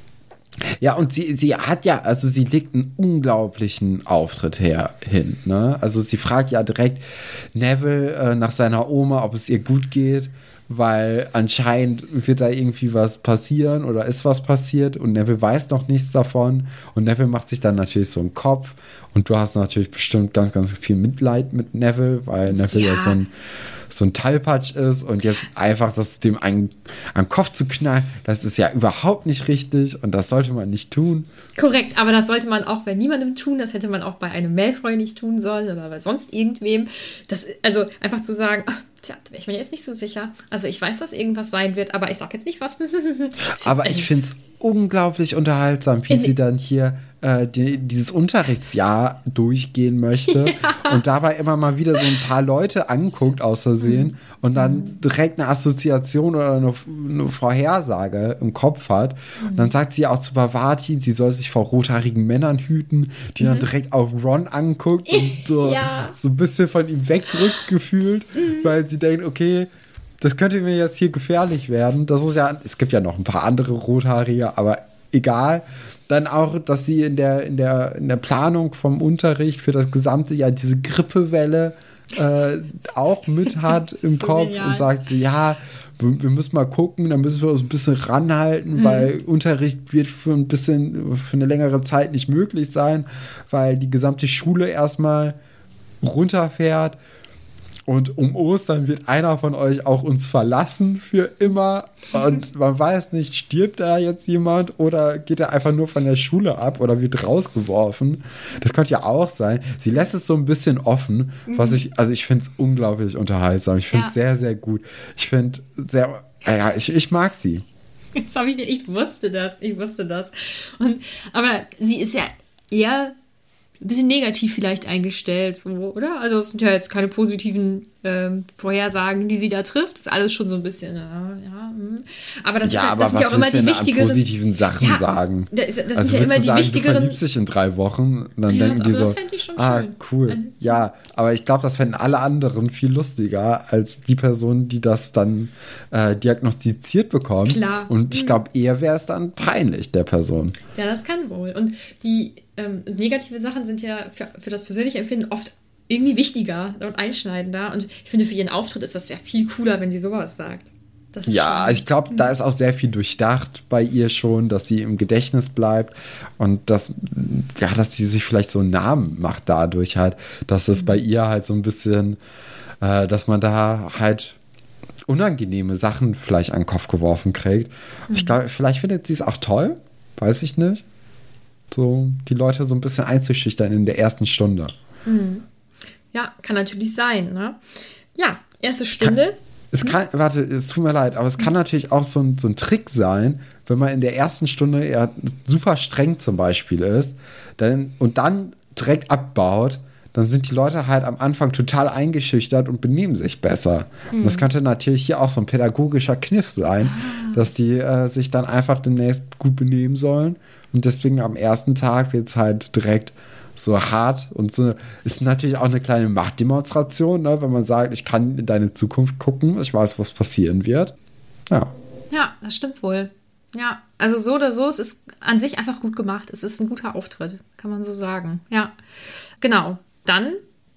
Ja, und sie, sie hat ja, also sie legt einen unglaublichen Auftritt her, hin. Ne? Also sie fragt ja direkt Neville äh, nach seiner Oma, ob es ihr gut geht. Weil anscheinend wird da irgendwie was passieren oder ist was passiert und Neville weiß noch nichts davon und Neville macht sich dann natürlich so einen Kopf und du hast natürlich bestimmt ganz, ganz viel Mitleid mit Neville, weil Neville ja, ja so ein so ein Tollpatsch ist und jetzt einfach das dem einen am Kopf zu knallen, das ist ja überhaupt nicht richtig und das sollte man nicht tun. Korrekt, aber das sollte man auch bei niemandem tun, das hätte man auch bei einem Malfoy nicht tun sollen oder bei sonst irgendwem. Das, also einfach zu sagen, ach, tja, da wäre ich mir jetzt nicht so sicher. Also ich weiß, dass irgendwas sein wird, aber ich sag jetzt nicht was. Aber ich finde es unglaublich unterhaltsam, wie sie dann hier äh, die, dieses Unterrichtsjahr durchgehen möchte ja. und dabei immer mal wieder so ein paar Leute anguckt aus Versehen mhm. und dann direkt eine Assoziation oder eine, eine Vorhersage im Kopf hat. Mhm. Und dann sagt sie auch zu Bavati, sie soll sich vor rothaarigen Männern hüten, die mhm. dann direkt auf Ron anguckt und so, ja. so ein bisschen von ihm wegrückt gefühlt, mhm. weil sie denkt, okay, das könnte mir jetzt hier gefährlich werden. Das ist ja, es gibt ja noch ein paar andere Rothaarige, aber egal. Dann auch, dass sie in der, in der, in der Planung vom Unterricht für das gesamte Jahr diese Grippewelle äh, auch mit hat im so Kopf genial. Und sagt so, ja, wir, wir müssen mal gucken, dann müssen wir uns ein bisschen ranhalten, mhm. weil Unterricht wird für ein bisschen, für eine längere Zeit nicht möglich sein, weil die gesamte Schule erstmal runterfährt. Und um Ostern wird einer von euch auch uns verlassen für immer. Und man weiß nicht, stirbt da jetzt jemand oder geht er einfach nur von der Schule ab oder wird rausgeworfen. Das könnte ja auch sein. Sie lässt es so ein bisschen offen, was ich, also ich finde es unglaublich unterhaltsam. Ich finde es ja. sehr, sehr gut. Ich finde sehr, ja, ich, ich mag sie. Jetzt habe ich, ich wusste das, ich wusste das. Und, aber sie ist ja eher ein bisschen negativ vielleicht eingestellt, so, oder? Also es sind ja jetzt keine positiven ähm, Vorhersagen, die sie da trifft. Das ist alles schon so ein bisschen, ja, ja. Mh. Aber das, ja, ist, aber das sind ja auch immer die wichtigeren positiven Sachen ja, sagen. Das, das also sind ja immer die sagen, wichtigeren. Du verliebst dich in drei Wochen, dann ja, denken die so, ah, schön. cool. Ja, aber ich glaube, das fänden alle anderen viel lustiger als die Person, die das dann äh, diagnostiziert bekommt. Klar. Und ich glaube, eher wäre es dann peinlich, der Person. Ja, das kann wohl. Und die ähm, negative Sachen sind ja für, für das persönliche Empfinden oft irgendwie wichtiger und einschneidender. Und ich finde, für ihren Auftritt ist das ja viel cooler, wenn sie sowas sagt. Das ja, also ich glaube, da ist auch sehr viel durchdacht bei ihr schon, dass sie im Gedächtnis bleibt und dass, ja, dass sie sich vielleicht so einen Namen macht dadurch halt, dass es mhm. bei ihr halt so ein bisschen, äh, dass man da halt unangenehme Sachen vielleicht an den Kopf geworfen kriegt. Mhm. Ich glaube, vielleicht findet sie es auch toll, weiß ich nicht. So die Leute so ein bisschen einzuschüchtern in der ersten Stunde. Mhm. Ja, kann natürlich sein, ne? Ja, erste Stunde. Kann, es kann, warte, es tut mir leid, aber es kann natürlich auch so ein, so ein Trick sein, wenn man in der ersten Stunde eher super streng zum Beispiel ist dann, und dann direkt abbaut, dann sind die Leute halt am Anfang total eingeschüchtert und benehmen sich besser. Mhm. Und das könnte natürlich hier auch so ein pädagogischer Kniff sein, ah. dass die äh, sich dann einfach demnächst gut benehmen sollen und deswegen am ersten Tag wird es halt direkt so hart und so ist natürlich auch eine kleine Machtdemonstration, ne, wenn man sagt, ich kann in deine Zukunft gucken, ich weiß, was passieren wird. Ja. Ja, das stimmt wohl. Ja, also so oder so, es ist an sich einfach gut gemacht. Es ist ein guter Auftritt, kann man so sagen. Ja, genau. Dann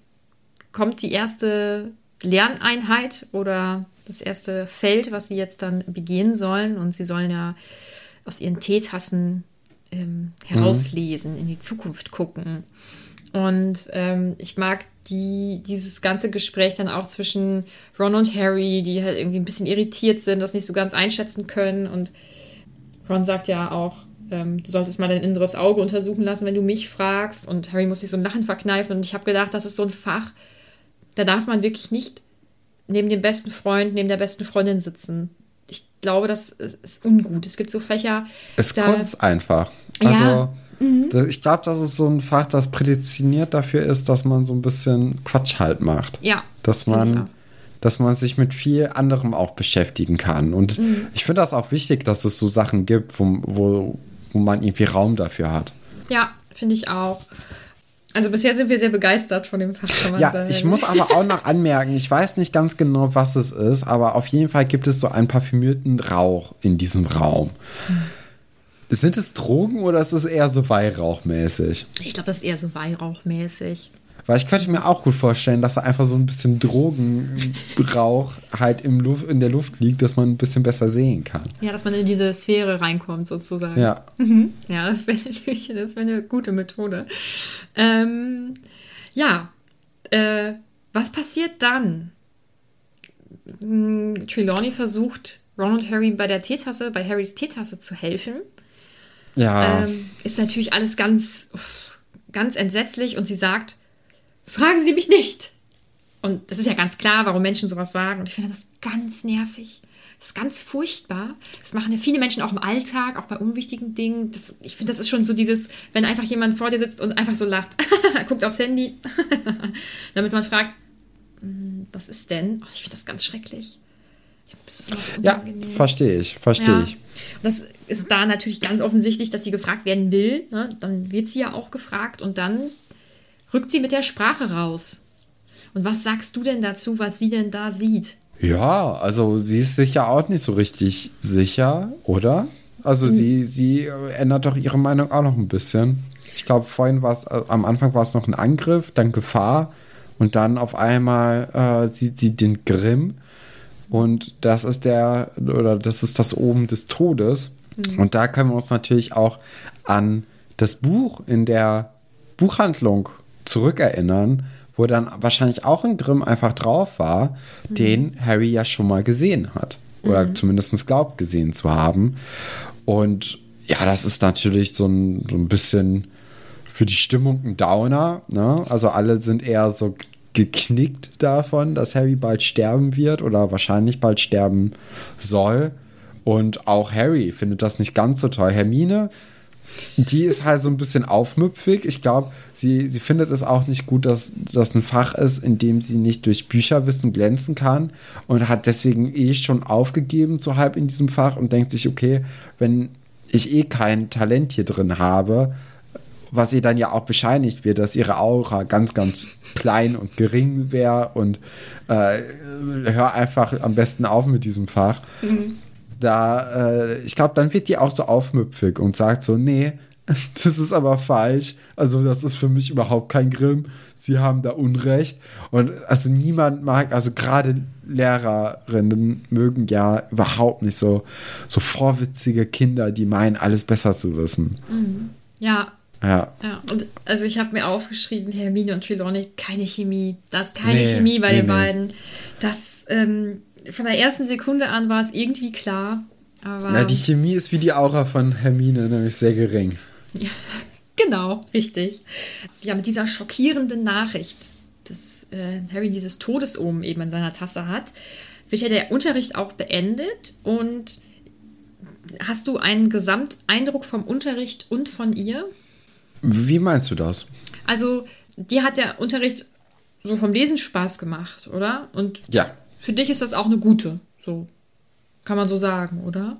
kommt die erste Lerneinheit oder das erste Feld, was sie jetzt dann begehen sollen. Und sie sollen ja aus ihren Teetassen ähm, herauslesen, mhm. in die Zukunft gucken. Und ähm, ich mag die, dieses ganze Gespräch dann auch zwischen Ron und Harry, die halt irgendwie ein bisschen irritiert sind, das nicht so ganz einschätzen können. Und Ron sagt ja auch, ähm, du solltest mal dein inneres Auge untersuchen lassen, wenn du mich fragst. Und Harry muss sich so ein Lachen verkneifen. Und ich habe gedacht, das ist so ein Fach, da darf man wirklich nicht neben dem besten Freund, neben der besten Freundin sitzen. Ich glaube, das ist, ist ungut. Es gibt so Fächer. Es ist Kunst einfach. Also, ja. mhm. ich glaube, das ist so ein Fach, das prädestiniert dafür ist, dass man so ein bisschen Quatsch halt macht. Ja. Dass man, dass man sich mit viel anderem auch beschäftigen kann. Und mhm. ich finde das auch wichtig, dass es so Sachen gibt, wo, wo, wo man irgendwie Raum dafür hat. Ja, finde ich auch. Also bisher sind wir sehr begeistert von dem Fach, kann man ja, sagen. Ich muss aber auch noch anmerken, ich weiß nicht ganz genau, was es ist, aber auf jeden Fall gibt es so einen parfümierten Rauch in diesem Raum. Hm. Sind es Drogen oder ist es eher so Weihrauchmäßig? Ich glaube, das ist eher so Weihrauchmäßig. Weil ich könnte mir auch gut vorstellen, dass da einfach so ein bisschen Drogenrauch halt im Luft, in der Luft liegt, dass man ein bisschen besser sehen kann. Ja, dass man in diese Sphäre reinkommt, sozusagen. Ja. Mhm. Ja, das wäre natürlich das wär eine gute Methode. Ähm, ja, äh, was passiert dann? Hm, Trelawney versucht, Ron und Harry bei der Teetasse, bei Harrys Teetasse zu helfen. Ja. Ähm, ist natürlich alles ganz, ganz entsetzlich und sie sagt, fragen Sie mich nicht. Und das ist ja ganz klar, warum Menschen sowas sagen. Und ich finde das ganz nervig. Das ist ganz furchtbar. Das machen ja viele Menschen auch im Alltag, auch bei unwichtigen Dingen. Das, ich finde, das ist schon so dieses, wenn einfach jemand vor dir sitzt und einfach so lacht, guckt aufs Handy, damit man fragt, was ist denn? Oh, ich finde das ganz schrecklich. Das ist immer so unangenehm. Ja, verstehe ich, verstehe ja. ich. Das ist da natürlich ganz offensichtlich, dass sie gefragt werden will. Ne? Dann wird sie ja auch gefragt und dann rückt sie mit der Sprache raus. Und was sagst du denn dazu, was sie denn da sieht? Ja, also sie ist sich ja auch nicht so richtig sicher, oder? Also mhm. sie, sie ändert doch ihre Meinung auch noch ein bisschen. Ich glaube, vorhin war es, am Anfang war es noch ein Angriff, dann Gefahr und dann auf einmal äh, sieht sie den Grimm und das ist der, oder das ist das Omen des Todes. Mhm. Und da können wir uns natürlich auch an das Buch in der Buchhandlung zurückerinnern, wo dann wahrscheinlich auch ein Grimm einfach drauf war, mhm. den Harry ja schon mal gesehen hat. Oder mhm. zumindest glaubt, gesehen zu haben. Und ja, das ist natürlich so ein, so ein bisschen für die Stimmung ein Downer. Ne? Also alle sind eher so geknickt davon, dass Harry bald sterben wird oder wahrscheinlich bald sterben soll. Und auch Harry findet das nicht ganz so toll. Hermine, die ist halt so ein bisschen aufmüpfig. Ich glaube, sie, sie findet es auch nicht gut, dass das ein Fach ist, in dem sie nicht durch Bücherwissen glänzen kann und hat deswegen eh schon aufgegeben, so halb in diesem Fach und denkt sich, okay, wenn ich eh kein Talent hier drin habe, was ihr dann ja auch bescheinigt wird, dass ihre Aura ganz, ganz klein und gering wäre und äh, hör einfach am besten auf mit diesem Fach. Mhm. Da, äh, ich glaube, dann wird die auch so aufmüpfig und sagt so, nee, das ist aber falsch. Also das ist für mich überhaupt kein Grimm. Sie haben da Unrecht. Und also niemand mag, also gerade Lehrerinnen mögen ja überhaupt nicht so, so vorwitzige Kinder, die meinen, alles besser zu wissen. Mhm. Ja. Ja. ja. Und also ich habe mir aufgeschrieben, Hermine und Trelawney, keine Chemie. Da ist keine nee, Chemie bei nee, den nee. beiden. Das, ähm, von der ersten Sekunde an war es irgendwie klar. Aber Na, die Chemie ist wie die Aura von Hermine, nämlich sehr gering. Ja, genau, richtig. Ja, mit dieser schockierenden Nachricht, dass äh, Harry dieses Todesomen eben in seiner Tasse hat, wird ja der Unterricht auch beendet. Und hast du einen Gesamteindruck vom Unterricht und von ihr? Wie meinst du das? Also, dir hat der Unterricht so vom Lesen Spaß gemacht, oder? Und ja. Für dich ist das auch eine gute, so kann man so sagen, oder?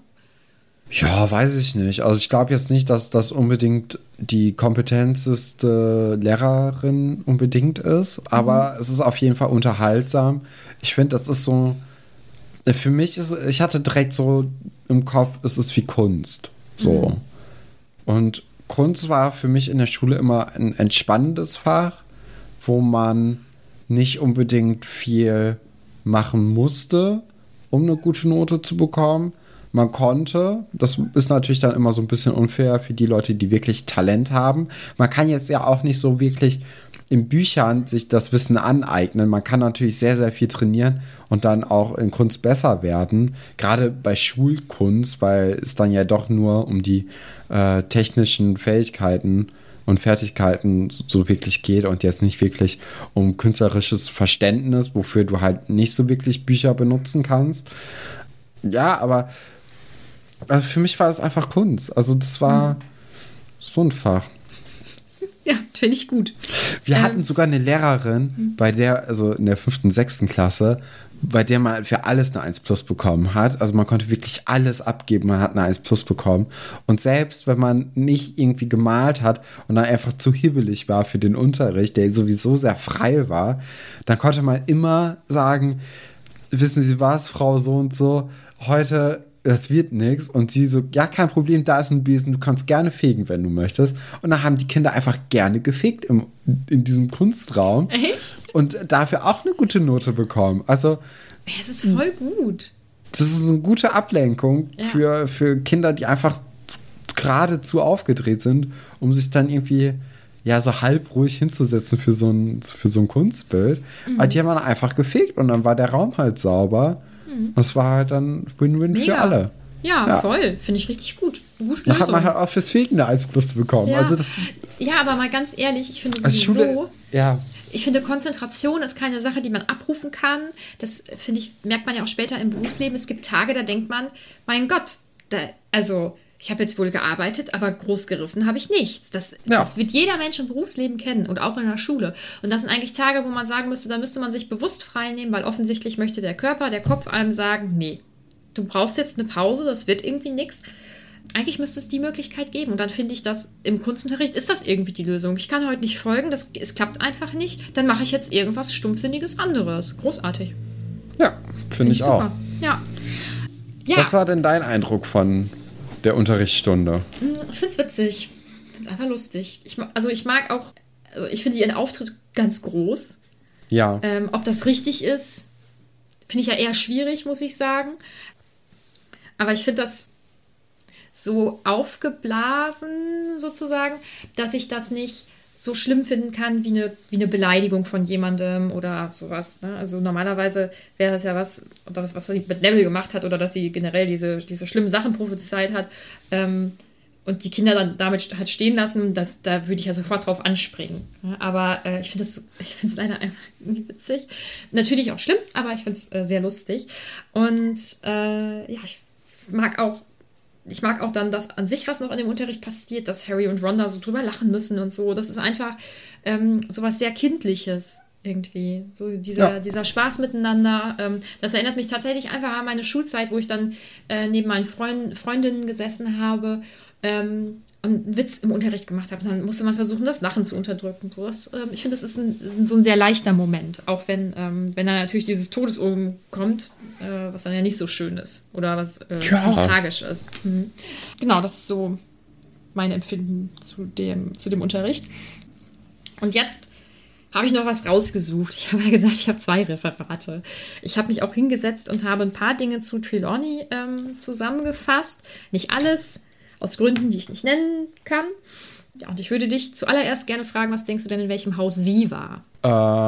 Ja, weiß ich nicht. Also ich glaube jetzt nicht, dass das unbedingt die kompetenteste Lehrerin unbedingt ist, aber mhm. es ist auf jeden Fall unterhaltsam. Ich finde, das ist so, für mich ist, ich hatte direkt so im Kopf, es ist wie Kunst. So. Mhm. Und Kunst war für mich in der Schule immer ein entspannendes Fach, wo man nicht unbedingt viel machen musste, um eine gute Note zu bekommen. Man konnte, das ist natürlich dann immer so ein bisschen unfair für die Leute, die wirklich Talent haben. Man kann jetzt ja auch nicht so wirklich in Büchern sich das Wissen aneignen. Man kann natürlich sehr, sehr viel trainieren und dann auch in Kunst besser werden. Gerade bei Schulkunst, weil es dann ja doch nur um die äh, technischen Fähigkeiten und Fertigkeiten so wirklich geht und jetzt nicht wirklich um künstlerisches Verständnis, wofür du halt nicht so wirklich Bücher benutzen kannst. Ja, aber also für mich war das einfach Kunst. Also das war mhm. so ein Fach. Ja, finde ich gut. Wir ähm, hatten sogar eine Lehrerin, bei der, also in der fünften, sechsten Klasse, bei der man für alles eine eins plus bekommen hat. Also man konnte wirklich alles abgeben, man hat eine eins plus bekommen. Und selbst wenn man nicht irgendwie gemalt hat und dann einfach zu hibbelig war für den Unterricht, der sowieso sehr frei war, dann konnte man immer sagen, wissen Sie was, Frau so und so, heute, das wird nichts. Und sie so, ja, kein Problem, da ist ein Besen, du kannst gerne fegen, wenn du möchtest. Und dann haben die Kinder einfach gerne gefegt im, in diesem Kunstraum. Echt? Und dafür auch eine gute Note bekommen. Also es ist voll gut. Das ist eine gute Ablenkung ja. für, für Kinder, die einfach geradezu aufgedreht sind, um sich dann irgendwie ja so halb ruhig hinzusetzen für so ein, für so ein Kunstbild. Mhm. Aber die haben dann einfach gefegt und dann war der Raum halt sauber. Mhm. Das war halt dann Win-Win Mega. für alle. Ja, ja. voll. Finde ich richtig gut. Gute Lösung. Dann hat man halt auch fürs Fegen eine eins plus bekommen. Ja. Also das, ja, aber mal ganz ehrlich, ich finde als sowieso... Schule, ja. Ich finde, Konzentration ist keine Sache, die man abrufen kann. Das, finde ich, merkt man ja auch später im Berufsleben. Es gibt Tage, da denkt man, mein Gott, da, also ich habe jetzt wohl gearbeitet, aber groß gerissen habe ich nichts. Das, ja. das wird jeder Mensch im Berufsleben kennen und auch in der Schule. Und das sind eigentlich Tage, wo man sagen müsste, da müsste man sich bewusst frei nehmen, weil offensichtlich möchte der Körper, der Kopf einem sagen, nee, du brauchst jetzt eine Pause, das wird irgendwie nichts. Eigentlich müsste es die Möglichkeit geben. Und dann finde ich, dass im Kunstunterricht ist das irgendwie die Lösung. Ich kann heute nicht folgen, das, es klappt einfach nicht. Dann mache ich jetzt irgendwas Stumpfsinniges anderes. Großartig. Ja, finde find ich, ich auch. Ja. ja. Was war denn dein Eindruck von der Unterrichtsstunde? Ich finde es witzig. Ich finde es einfach lustig. Ich, also ich mag auch, also ich finde ihren Auftritt ganz groß. Ja. Ähm, ob das richtig ist, finde ich ja eher schwierig, muss ich sagen. Aber ich finde das so aufgeblasen sozusagen, dass ich das nicht so schlimm finden kann wie eine, wie eine Beleidigung von jemandem oder sowas. Ne? Also normalerweise wäre das ja was, oder was, was sie mit Neville gemacht hat oder dass sie generell diese, diese schlimmen Sachen prophezeit hat ähm, und die Kinder dann damit hat stehen lassen, das, da würde ich ja sofort drauf anspringen. Ja? Aber äh, ich finde es ich finde es leider einfach irgendwie witzig. Natürlich auch schlimm, aber ich finde es äh, sehr lustig. Und äh, ja, ich mag auch Ich mag auch dann, dass an sich was noch in dem Unterricht passiert, dass Harry und Ron da so drüber lachen müssen und so. Das ist einfach ähm, so was sehr Kindliches irgendwie. So dieser, ja. dieser Spaß miteinander. Ähm, das erinnert mich tatsächlich einfach an meine Schulzeit, wo ich dann äh, neben meinen Freund, Freundinnen gesessen habe ähm, und einen Witz im Unterricht gemacht habe. Und dann musste man versuchen, das Lachen zu unterdrücken. So, das, ähm, ich finde, das ist ein, so ein sehr leichter Moment. Auch wenn, ähm, wenn dann natürlich dieses Todesohm kommt, äh, was dann ja nicht so schön ist. Oder was äh, ja. ziemlich tragisch ist. Mhm. Genau, das ist so mein Empfinden zu dem, zu dem Unterricht. Und jetzt habe ich noch was rausgesucht. Ich habe ja gesagt, ich habe zwei Referate. Ich habe mich auch hingesetzt und habe ein paar Dinge zu Trelawney ähm, zusammengefasst. Nicht alles, aus Gründen, die ich nicht nennen kann. Ja, und ich würde dich zuallererst gerne fragen, was denkst du denn, in welchem Haus sie war? Äh,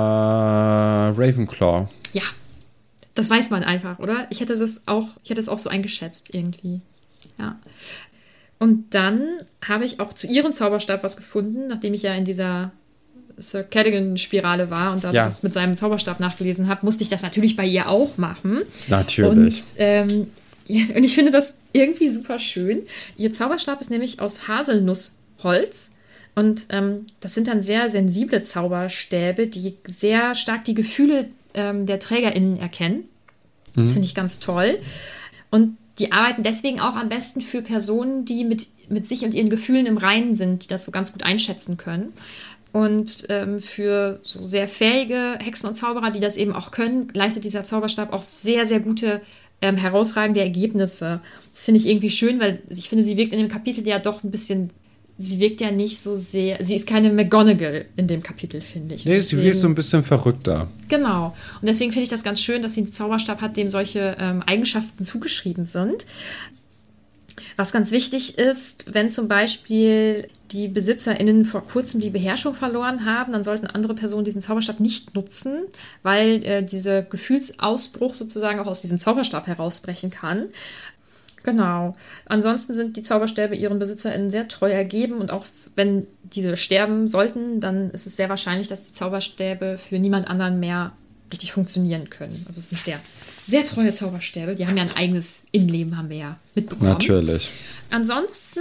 Ravenclaw. Ja, das weiß man einfach, oder? Ich hätte es auch, ich hätte es auch so eingeschätzt irgendwie. Ja. Und dann habe ich auch zu ihrem Zauberstab was gefunden, nachdem ich ja in dieser Sir Cadogan-Spirale war und da ja. das mit seinem Zauberstab nachgelesen habe, musste ich das natürlich bei ihr auch machen. Natürlich. Und, ähm, ja, und ich finde das irgendwie super schön. Ihr Zauberstab ist nämlich aus Haselnussholz. Und ähm, das sind dann sehr sensible Zauberstäbe, die sehr stark die Gefühle ähm, der TrägerInnen erkennen. Das mhm. finde ich ganz toll. Und die arbeiten deswegen auch am besten für Personen, die mit, mit sich und ihren Gefühlen im Reinen sind, die das so ganz gut einschätzen können. Und ähm, für so sehr fähige Hexen und Zauberer, die das eben auch können, leistet dieser Zauberstab auch sehr, sehr gute, ähm, herausragende Ergebnisse. Das finde ich irgendwie schön, weil ich finde, sie wirkt in dem Kapitel ja doch ein bisschen, sie wirkt ja nicht so sehr, sie ist keine McGonagall in dem Kapitel, finde ich. Nee, deswegen, sie wirkt so ein bisschen verrückter. Genau. Und deswegen finde ich das ganz schön, dass sie einen Zauberstab hat, dem solche ähm, Eigenschaften zugeschrieben sind. Was ganz wichtig ist, wenn zum Beispiel die BesitzerInnen vor kurzem die Beherrschung verloren haben, dann sollten andere Personen diesen Zauberstab nicht nutzen, weil äh, dieser Gefühlsausbruch sozusagen auch aus diesem Zauberstab herausbrechen kann. Genau. Ansonsten sind die Zauberstäbe ihren BesitzerInnen sehr treu ergeben und auch wenn diese sterben sollten, dann ist es sehr wahrscheinlich, dass die Zauberstäbe für niemand anderen mehr richtig funktionieren können. Also es sind sehr, sehr treue Zauberstäbe. Die haben ja ein eigenes Innenleben, haben wir ja mitbekommen. Natürlich. Ansonsten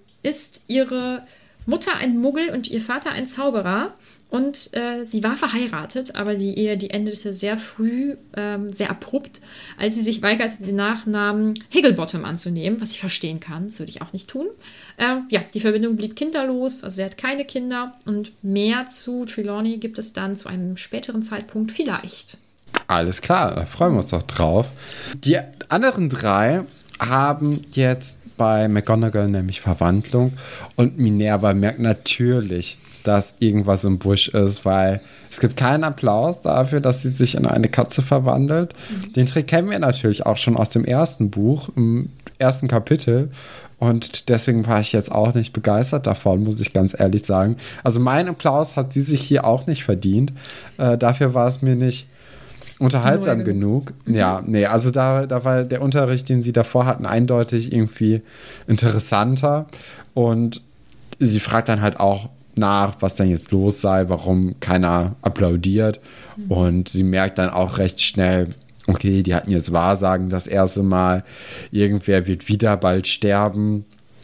ist ihre Mutter ein Muggel und ihr Vater ein Zauberer. Und äh, sie war verheiratet, aber die Ehe, die endete sehr früh, ähm, sehr abrupt, als sie sich weigerte, den Nachnamen Higglebottom anzunehmen, was ich verstehen kann. Das würde ich auch nicht tun. Äh, ja, die Verbindung blieb kinderlos, also sie hat keine Kinder. Und mehr zu Trelawney gibt es dann zu einem späteren Zeitpunkt vielleicht. Alles klar, da freuen wir uns doch drauf. Die anderen drei haben jetzt bei McGonagall nämlich Verwandlung und Minerva merkt natürlich, dass irgendwas im Busch ist, weil es gibt keinen Applaus dafür, dass sie sich in eine Katze verwandelt. Mhm. Den Trick kennen wir natürlich auch schon aus dem ersten Buch, im ersten Kapitel. Und deswegen war ich jetzt auch nicht begeistert davon, muss ich ganz ehrlich sagen. Also mein Applaus hat sie sich hier auch nicht verdient. Äh, dafür war es mir nicht unterhaltsam Nur genug. Mhm. Ja, nee, also da, da war der Unterricht, den sie davor hatten, eindeutig irgendwie interessanter. Und sie fragt dann halt auch nach, was denn jetzt los sei, warum keiner applaudiert. Mhm. Und sie merkt dann auch recht schnell, okay, die hatten jetzt Wahrsagen das erste Mal, irgendwer wird wieder bald sterben.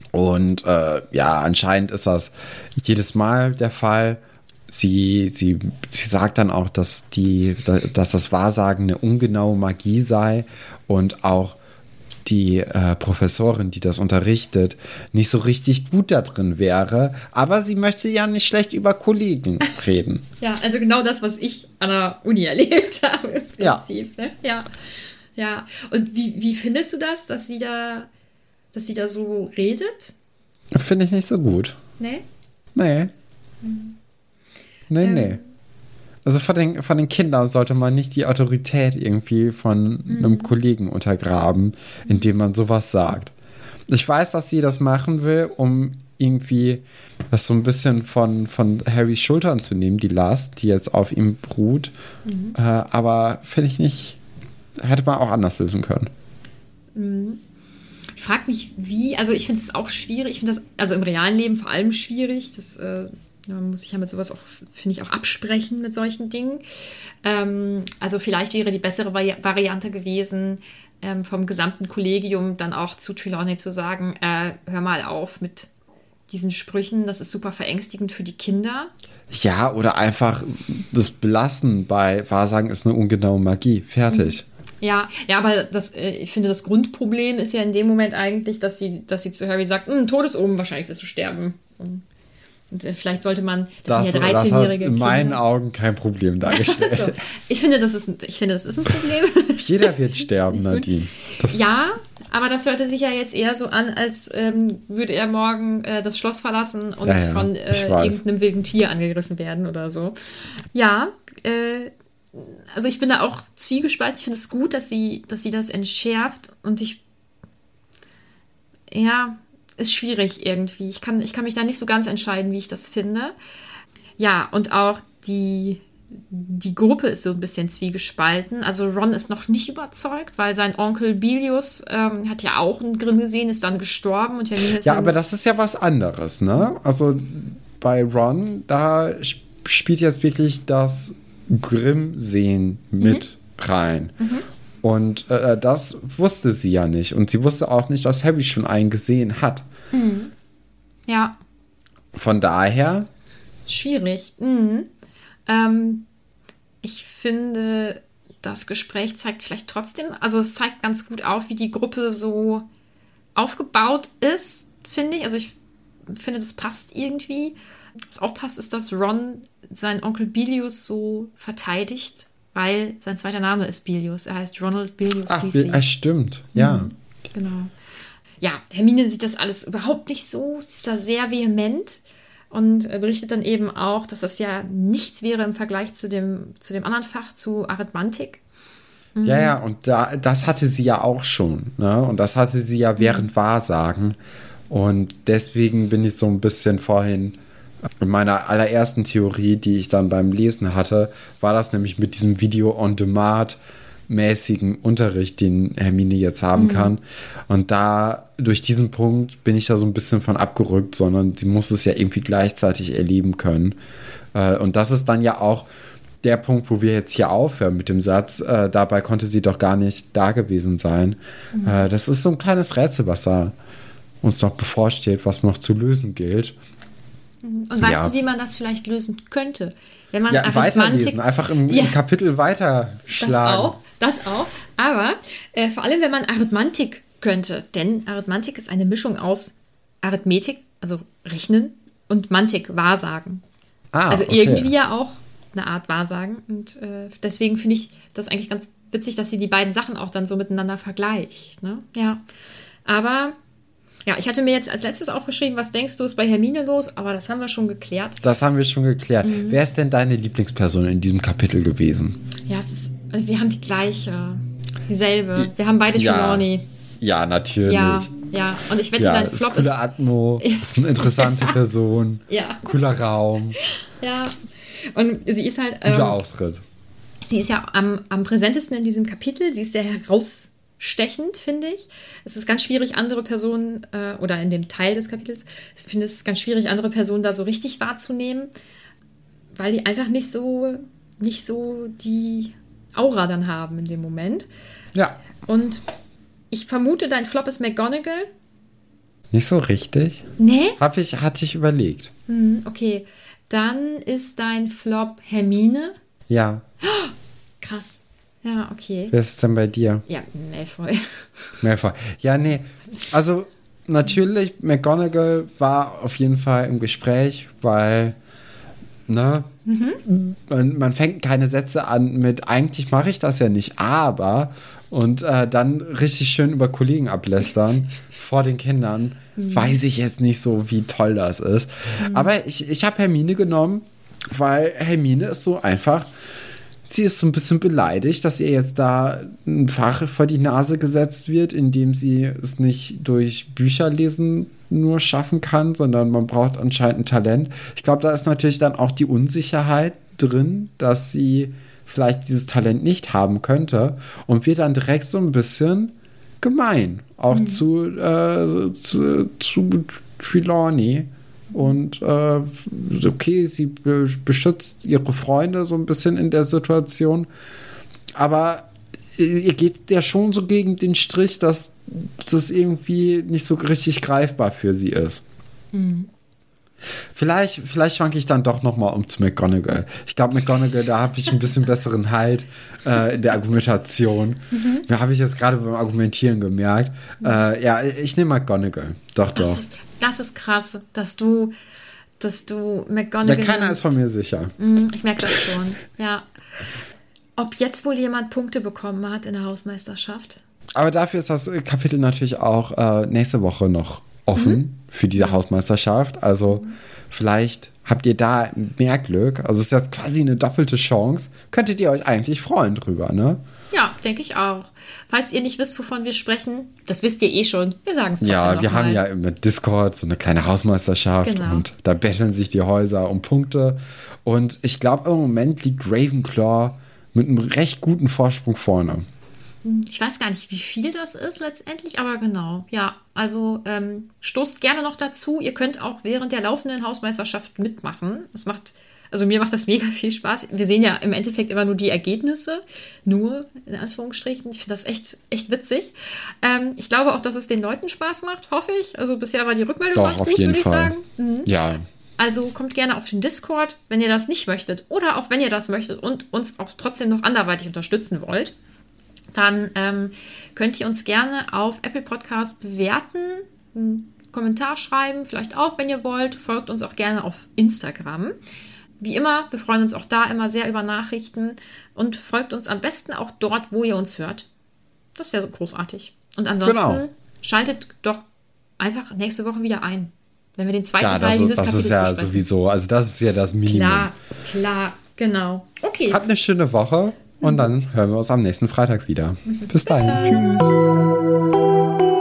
Und äh, ja, anscheinend ist das jedes Mal der Fall. Sie, sie, sie sagt dann auch, dass, die, dass das Wahrsagen eine ungenaue Magie sei und auch die äh, Professorin, die das unterrichtet, nicht so richtig gut da drin wäre. Aber sie möchte ja nicht schlecht über Kollegen reden. Ja, also genau das, was ich an der Uni erlebt habe im Prinzip. Ja. Ne? Ja. Ja. Und wie, wie findest du das, dass sie da, dass sie da so redet? Finde ich nicht so gut. Nee? Nee. Mhm. Nee, ähm. nee. Also von den, von den Kindern sollte man nicht die Autorität irgendwie von mhm. einem Kollegen untergraben, indem man sowas sagt. Ich weiß, dass sie das machen will, um irgendwie das so ein bisschen von, von Harrys Schultern zu nehmen, die Last, die jetzt auf ihm beruht. Mhm. Äh, aber finde ich nicht, hätte man auch anders lösen können. Mhm. Ich frage mich, wie, also ich finde es auch schwierig, ich finde das, also im realen Leben vor allem schwierig, das äh, man muss sich ja mit sowas auch, finde ich, auch absprechen mit solchen Dingen. Ähm, also vielleicht wäre die bessere Vari- Variante gewesen, ähm, vom gesamten Kollegium dann auch zu Trelawney zu sagen, äh, hör mal auf mit diesen Sprüchen, das ist super verängstigend für die Kinder. Ja, oder einfach das Belassen bei Wahrsagen ist eine ungenaue Magie. Fertig. Ja, ja, aber das, äh, ich finde, das Grundproblem ist ja in dem Moment eigentlich, dass sie, dass sie zu Harry sagt, Todesomen, wahrscheinlich wirst du sterben. So. Und äh, vielleicht sollte man, das, das sind ja dreizehnjährige Das hat in Kinder. meinen Augen kein Problem dargestellt. So. Ich finde, das ist ein, ich finde, das ist ein Problem. Jeder wird sterben, Nadine. Das ja, aber das hörte sich ja jetzt eher so an, als ähm, würde er morgen äh, das Schloss verlassen und ja, ja, von äh, irgendeinem wilden Tier angegriffen werden oder so. Ja, äh, also ich bin da auch zwiegespalten. Ich finde es gut, dass sie, dass sie das entschärft und ich, ja, ist schwierig irgendwie. Ich kann, ich kann mich da nicht so ganz entscheiden, wie ich das finde. Ja, und auch die, die Gruppe ist so ein bisschen zwiegespalten. Also Ron ist noch nicht überzeugt, weil sein Onkel Bilius ähm, hat ja auch einen Grimm gesehen, ist dann gestorben. Und Hermine ist ja, dann, aber das ist ja was anderes, ne? Also bei Ron, da sp- spielt jetzt wirklich das Grimm-Sehen mit mhm. rein. Mhm. Und äh, das wusste sie ja nicht. Und sie wusste auch nicht, dass Harry schon einen gesehen hat. Mhm. Ja. Von daher. Schwierig. Mhm. Ähm, ich finde, das Gespräch zeigt vielleicht trotzdem, also es zeigt ganz gut auf, wie die Gruppe so aufgebaut ist, finde ich. Also ich finde, das passt irgendwie. Was auch passt, ist, dass Ron seinen Onkel Bilius so verteidigt, weil sein zweiter Name ist Bilius. Er heißt Ronald Bilius Ach, Weasley. Ach, stimmt, ja. Mhm, genau. Ja, Hermine sieht das alles überhaupt nicht so. Sie ist da sehr vehement und berichtet dann eben auch, dass das ja nichts wäre im Vergleich zu dem, zu dem anderen Fach, zu Arithmantik. Mhm. Ja, ja, und da, das hatte sie ja auch schon. Ne? Und das hatte sie ja während mhm. Wahrsagen. Und deswegen bin ich so ein bisschen vorhin in meiner allerersten Theorie, die ich dann beim Lesen hatte, war das nämlich mit diesem Video-on-Demand-mäßigen Unterricht, den Hermine jetzt haben mhm. kann. Und da, durch diesen Punkt bin ich da so ein bisschen von abgerückt, sondern sie muss es ja irgendwie gleichzeitig erleben können. Und das ist dann ja auch der Punkt, wo wir jetzt hier aufhören mit dem Satz, äh, dabei konnte sie doch gar nicht da gewesen sein. Mhm. Äh, das ist so ein kleines Rätsel, was da uns noch bevorsteht, was noch zu lösen gilt. Und weißt ja. du, wie man das vielleicht lösen könnte? Wenn man ja, Arithmantik, weiterlesen, einfach im, ja. im Kapitel weiterschlagen. Das auch, das auch. Aber äh, vor allem, wenn man Arithmantik könnte. Denn Arithmantik ist eine Mischung aus Arithmetik, also Rechnen, und Mantik, Wahrsagen. Ah, also okay. irgendwie ja auch eine Art Wahrsagen. Und äh, deswegen finde ich das eigentlich ganz witzig, dass sie die beiden Sachen auch dann so miteinander vergleicht. Ne? Ja, aber... Ja, ich hatte mir jetzt als letztes aufgeschrieben, was denkst du, ist bei Hermine los? Aber das haben wir schon geklärt. Das haben wir schon geklärt. Mhm. Wer ist denn deine Lieblingsperson in diesem Kapitel gewesen? Ja, es ist, also wir haben die gleiche, dieselbe. Wir haben beide Trelawney. Ja, ja, natürlich. Ja, ja. Und ich wette, ja, dein Flop ist... Coole Atmo, ist eine interessante ja. Person. Ja. Cooler Raum. Ja. Und sie ist halt... Guter ähm, Auftritt. Sie ist ja am, am präsentesten in diesem Kapitel. Sie ist sehr heraus... stechend, finde ich. Es ist ganz schwierig, andere Personen, äh, oder in dem Teil des Kapitels, ich finde es ganz schwierig, andere Personen da so richtig wahrzunehmen, weil die einfach nicht so, nicht so die Aura dann haben in dem Moment. Ja. Und ich vermute, dein Flop ist McGonagall. Nicht so richtig? Nee? Hab ich, hatte ich überlegt. Hm, okay. Dann ist dein Flop Hermine. Ja. Oh, krass. Ja, okay. Wer ist es denn bei dir? Ja, Malfoy. Malfoy. Ja, nee. Also, natürlich, McGonagall war auf jeden Fall im Gespräch, weil, ne, mhm. man, man fängt keine Sätze an mit, eigentlich mache ich das ja nicht, aber, und äh, dann richtig schön über Kollegen ablästern vor den Kindern, mhm. weiß ich jetzt nicht so, wie toll das ist. Mhm. Aber ich, ich habe Hermine genommen, weil Hermine ist so einfach sie ist so ein bisschen beleidigt, dass ihr jetzt da ein Fach vor die Nase gesetzt wird, in dem sie es nicht durch Bücherlesen nur schaffen kann, sondern man braucht anscheinend ein Talent. Ich glaube, da ist natürlich dann auch die Unsicherheit drin, dass sie vielleicht dieses Talent nicht haben könnte und wird dann direkt so ein bisschen gemein, auch mhm. zu, äh, zu, zu Trelawney. Und äh, okay, sie be- beschützt ihre Freunde so ein bisschen in der Situation, aber ihr geht ja schon so gegen den Strich, dass das irgendwie nicht so richtig greifbar für sie ist. Mhm. Vielleicht, vielleicht schwanke ich dann doch noch mal um zu McGonagall. Ich glaube, McGonagall, da habe ich ein bisschen besseren Halt äh, in der Argumentation. Mhm. Da habe ich jetzt gerade beim Argumentieren gemerkt. Mhm. Äh, ja, ich nehme McGonagall. Doch, das doch. Ist, das ist krass, dass du, dass du McGonagall. Ja, keiner ist von mir sicher. Mhm, ich merke das schon. Ja. Ob jetzt wohl jemand Punkte bekommen hat in der Hausmeisterschaft? Aber dafür ist das Kapitel natürlich auch äh, nächste Woche noch offen. Mhm. Für diese Hausmeisterschaft. Also mhm. vielleicht habt ihr da mehr Glück. Also es ist jetzt quasi eine doppelte Chance. Könntet ihr euch eigentlich freuen drüber, ne? Ja, denke ich auch. Falls ihr nicht wisst, wovon wir sprechen, das wisst ihr eh schon. Wir sagen es trotzdem Ja, noch wir mal. haben ja mit Discord so eine kleine Hausmeisterschaft Genau. und da betteln sich die Häuser um Punkte. Und ich glaube, im Moment liegt Ravenclaw mit einem recht guten Vorsprung vorne. Ich weiß gar nicht, wie viel das ist letztendlich, aber genau. Ja, also ähm, stoßt gerne noch dazu. Ihr könnt auch während der laufenden Hausmeisterschaft mitmachen. Das macht, also mir macht das mega viel Spaß. Wir sehen ja im Endeffekt immer nur die Ergebnisse, nur in Anführungsstrichen. Ich finde das echt, echt witzig. Ähm, ich glaube auch, dass es den Leuten Spaß macht, hoffe ich. Also bisher war die Rückmeldung Doch, ganz auf gut, jeden würde ich Fall. sagen. Mhm. Ja. Also kommt gerne auf den Discord, wenn ihr das nicht möchtet. Oder auch wenn ihr das möchtet und uns auch trotzdem noch anderweitig unterstützen wollt. Dann ähm, könnt ihr uns gerne auf Apple Podcasts bewerten, einen Kommentar schreiben, vielleicht auch, wenn ihr wollt. Folgt uns auch gerne auf Instagram. Wie immer, wir freuen uns auch da immer sehr über Nachrichten und folgt uns am besten auch dort, wo ihr uns hört. Das wäre so großartig. Und ansonsten Genau. schaltet doch einfach nächste Woche wieder ein, wenn wir den zweiten Ja, Teil das, dieses ist, das Kapitels ist ja besprechen. sowieso, also das ist ja das Minimum. Klar, klar, genau. Okay. Habt eine schöne Woche und dann hören wir uns am nächsten Freitag wieder. Bis dahin. dann. Tschüss.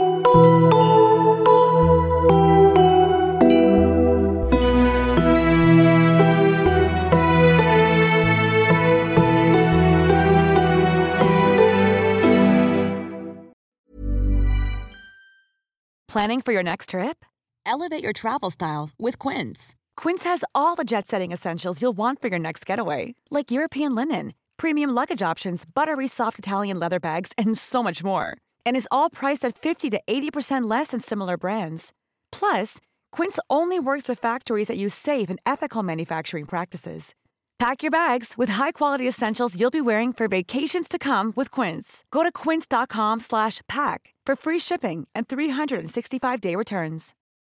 Planning for your next trip? Elevate your travel style with Quince. Quince has all the jet-setting essentials you'll want for your next getaway, like European linen, premium luggage options, buttery soft Italian leather bags, and so much more. And is all priced at fifty to eighty percent less than similar brands. Plus, Quince only works with factories that use safe and ethical manufacturing practices. Pack your bags with high-quality essentials you'll be wearing for vacations to come with Quince. Go to quince.com slash pack for free shipping and three sixty-five day returns.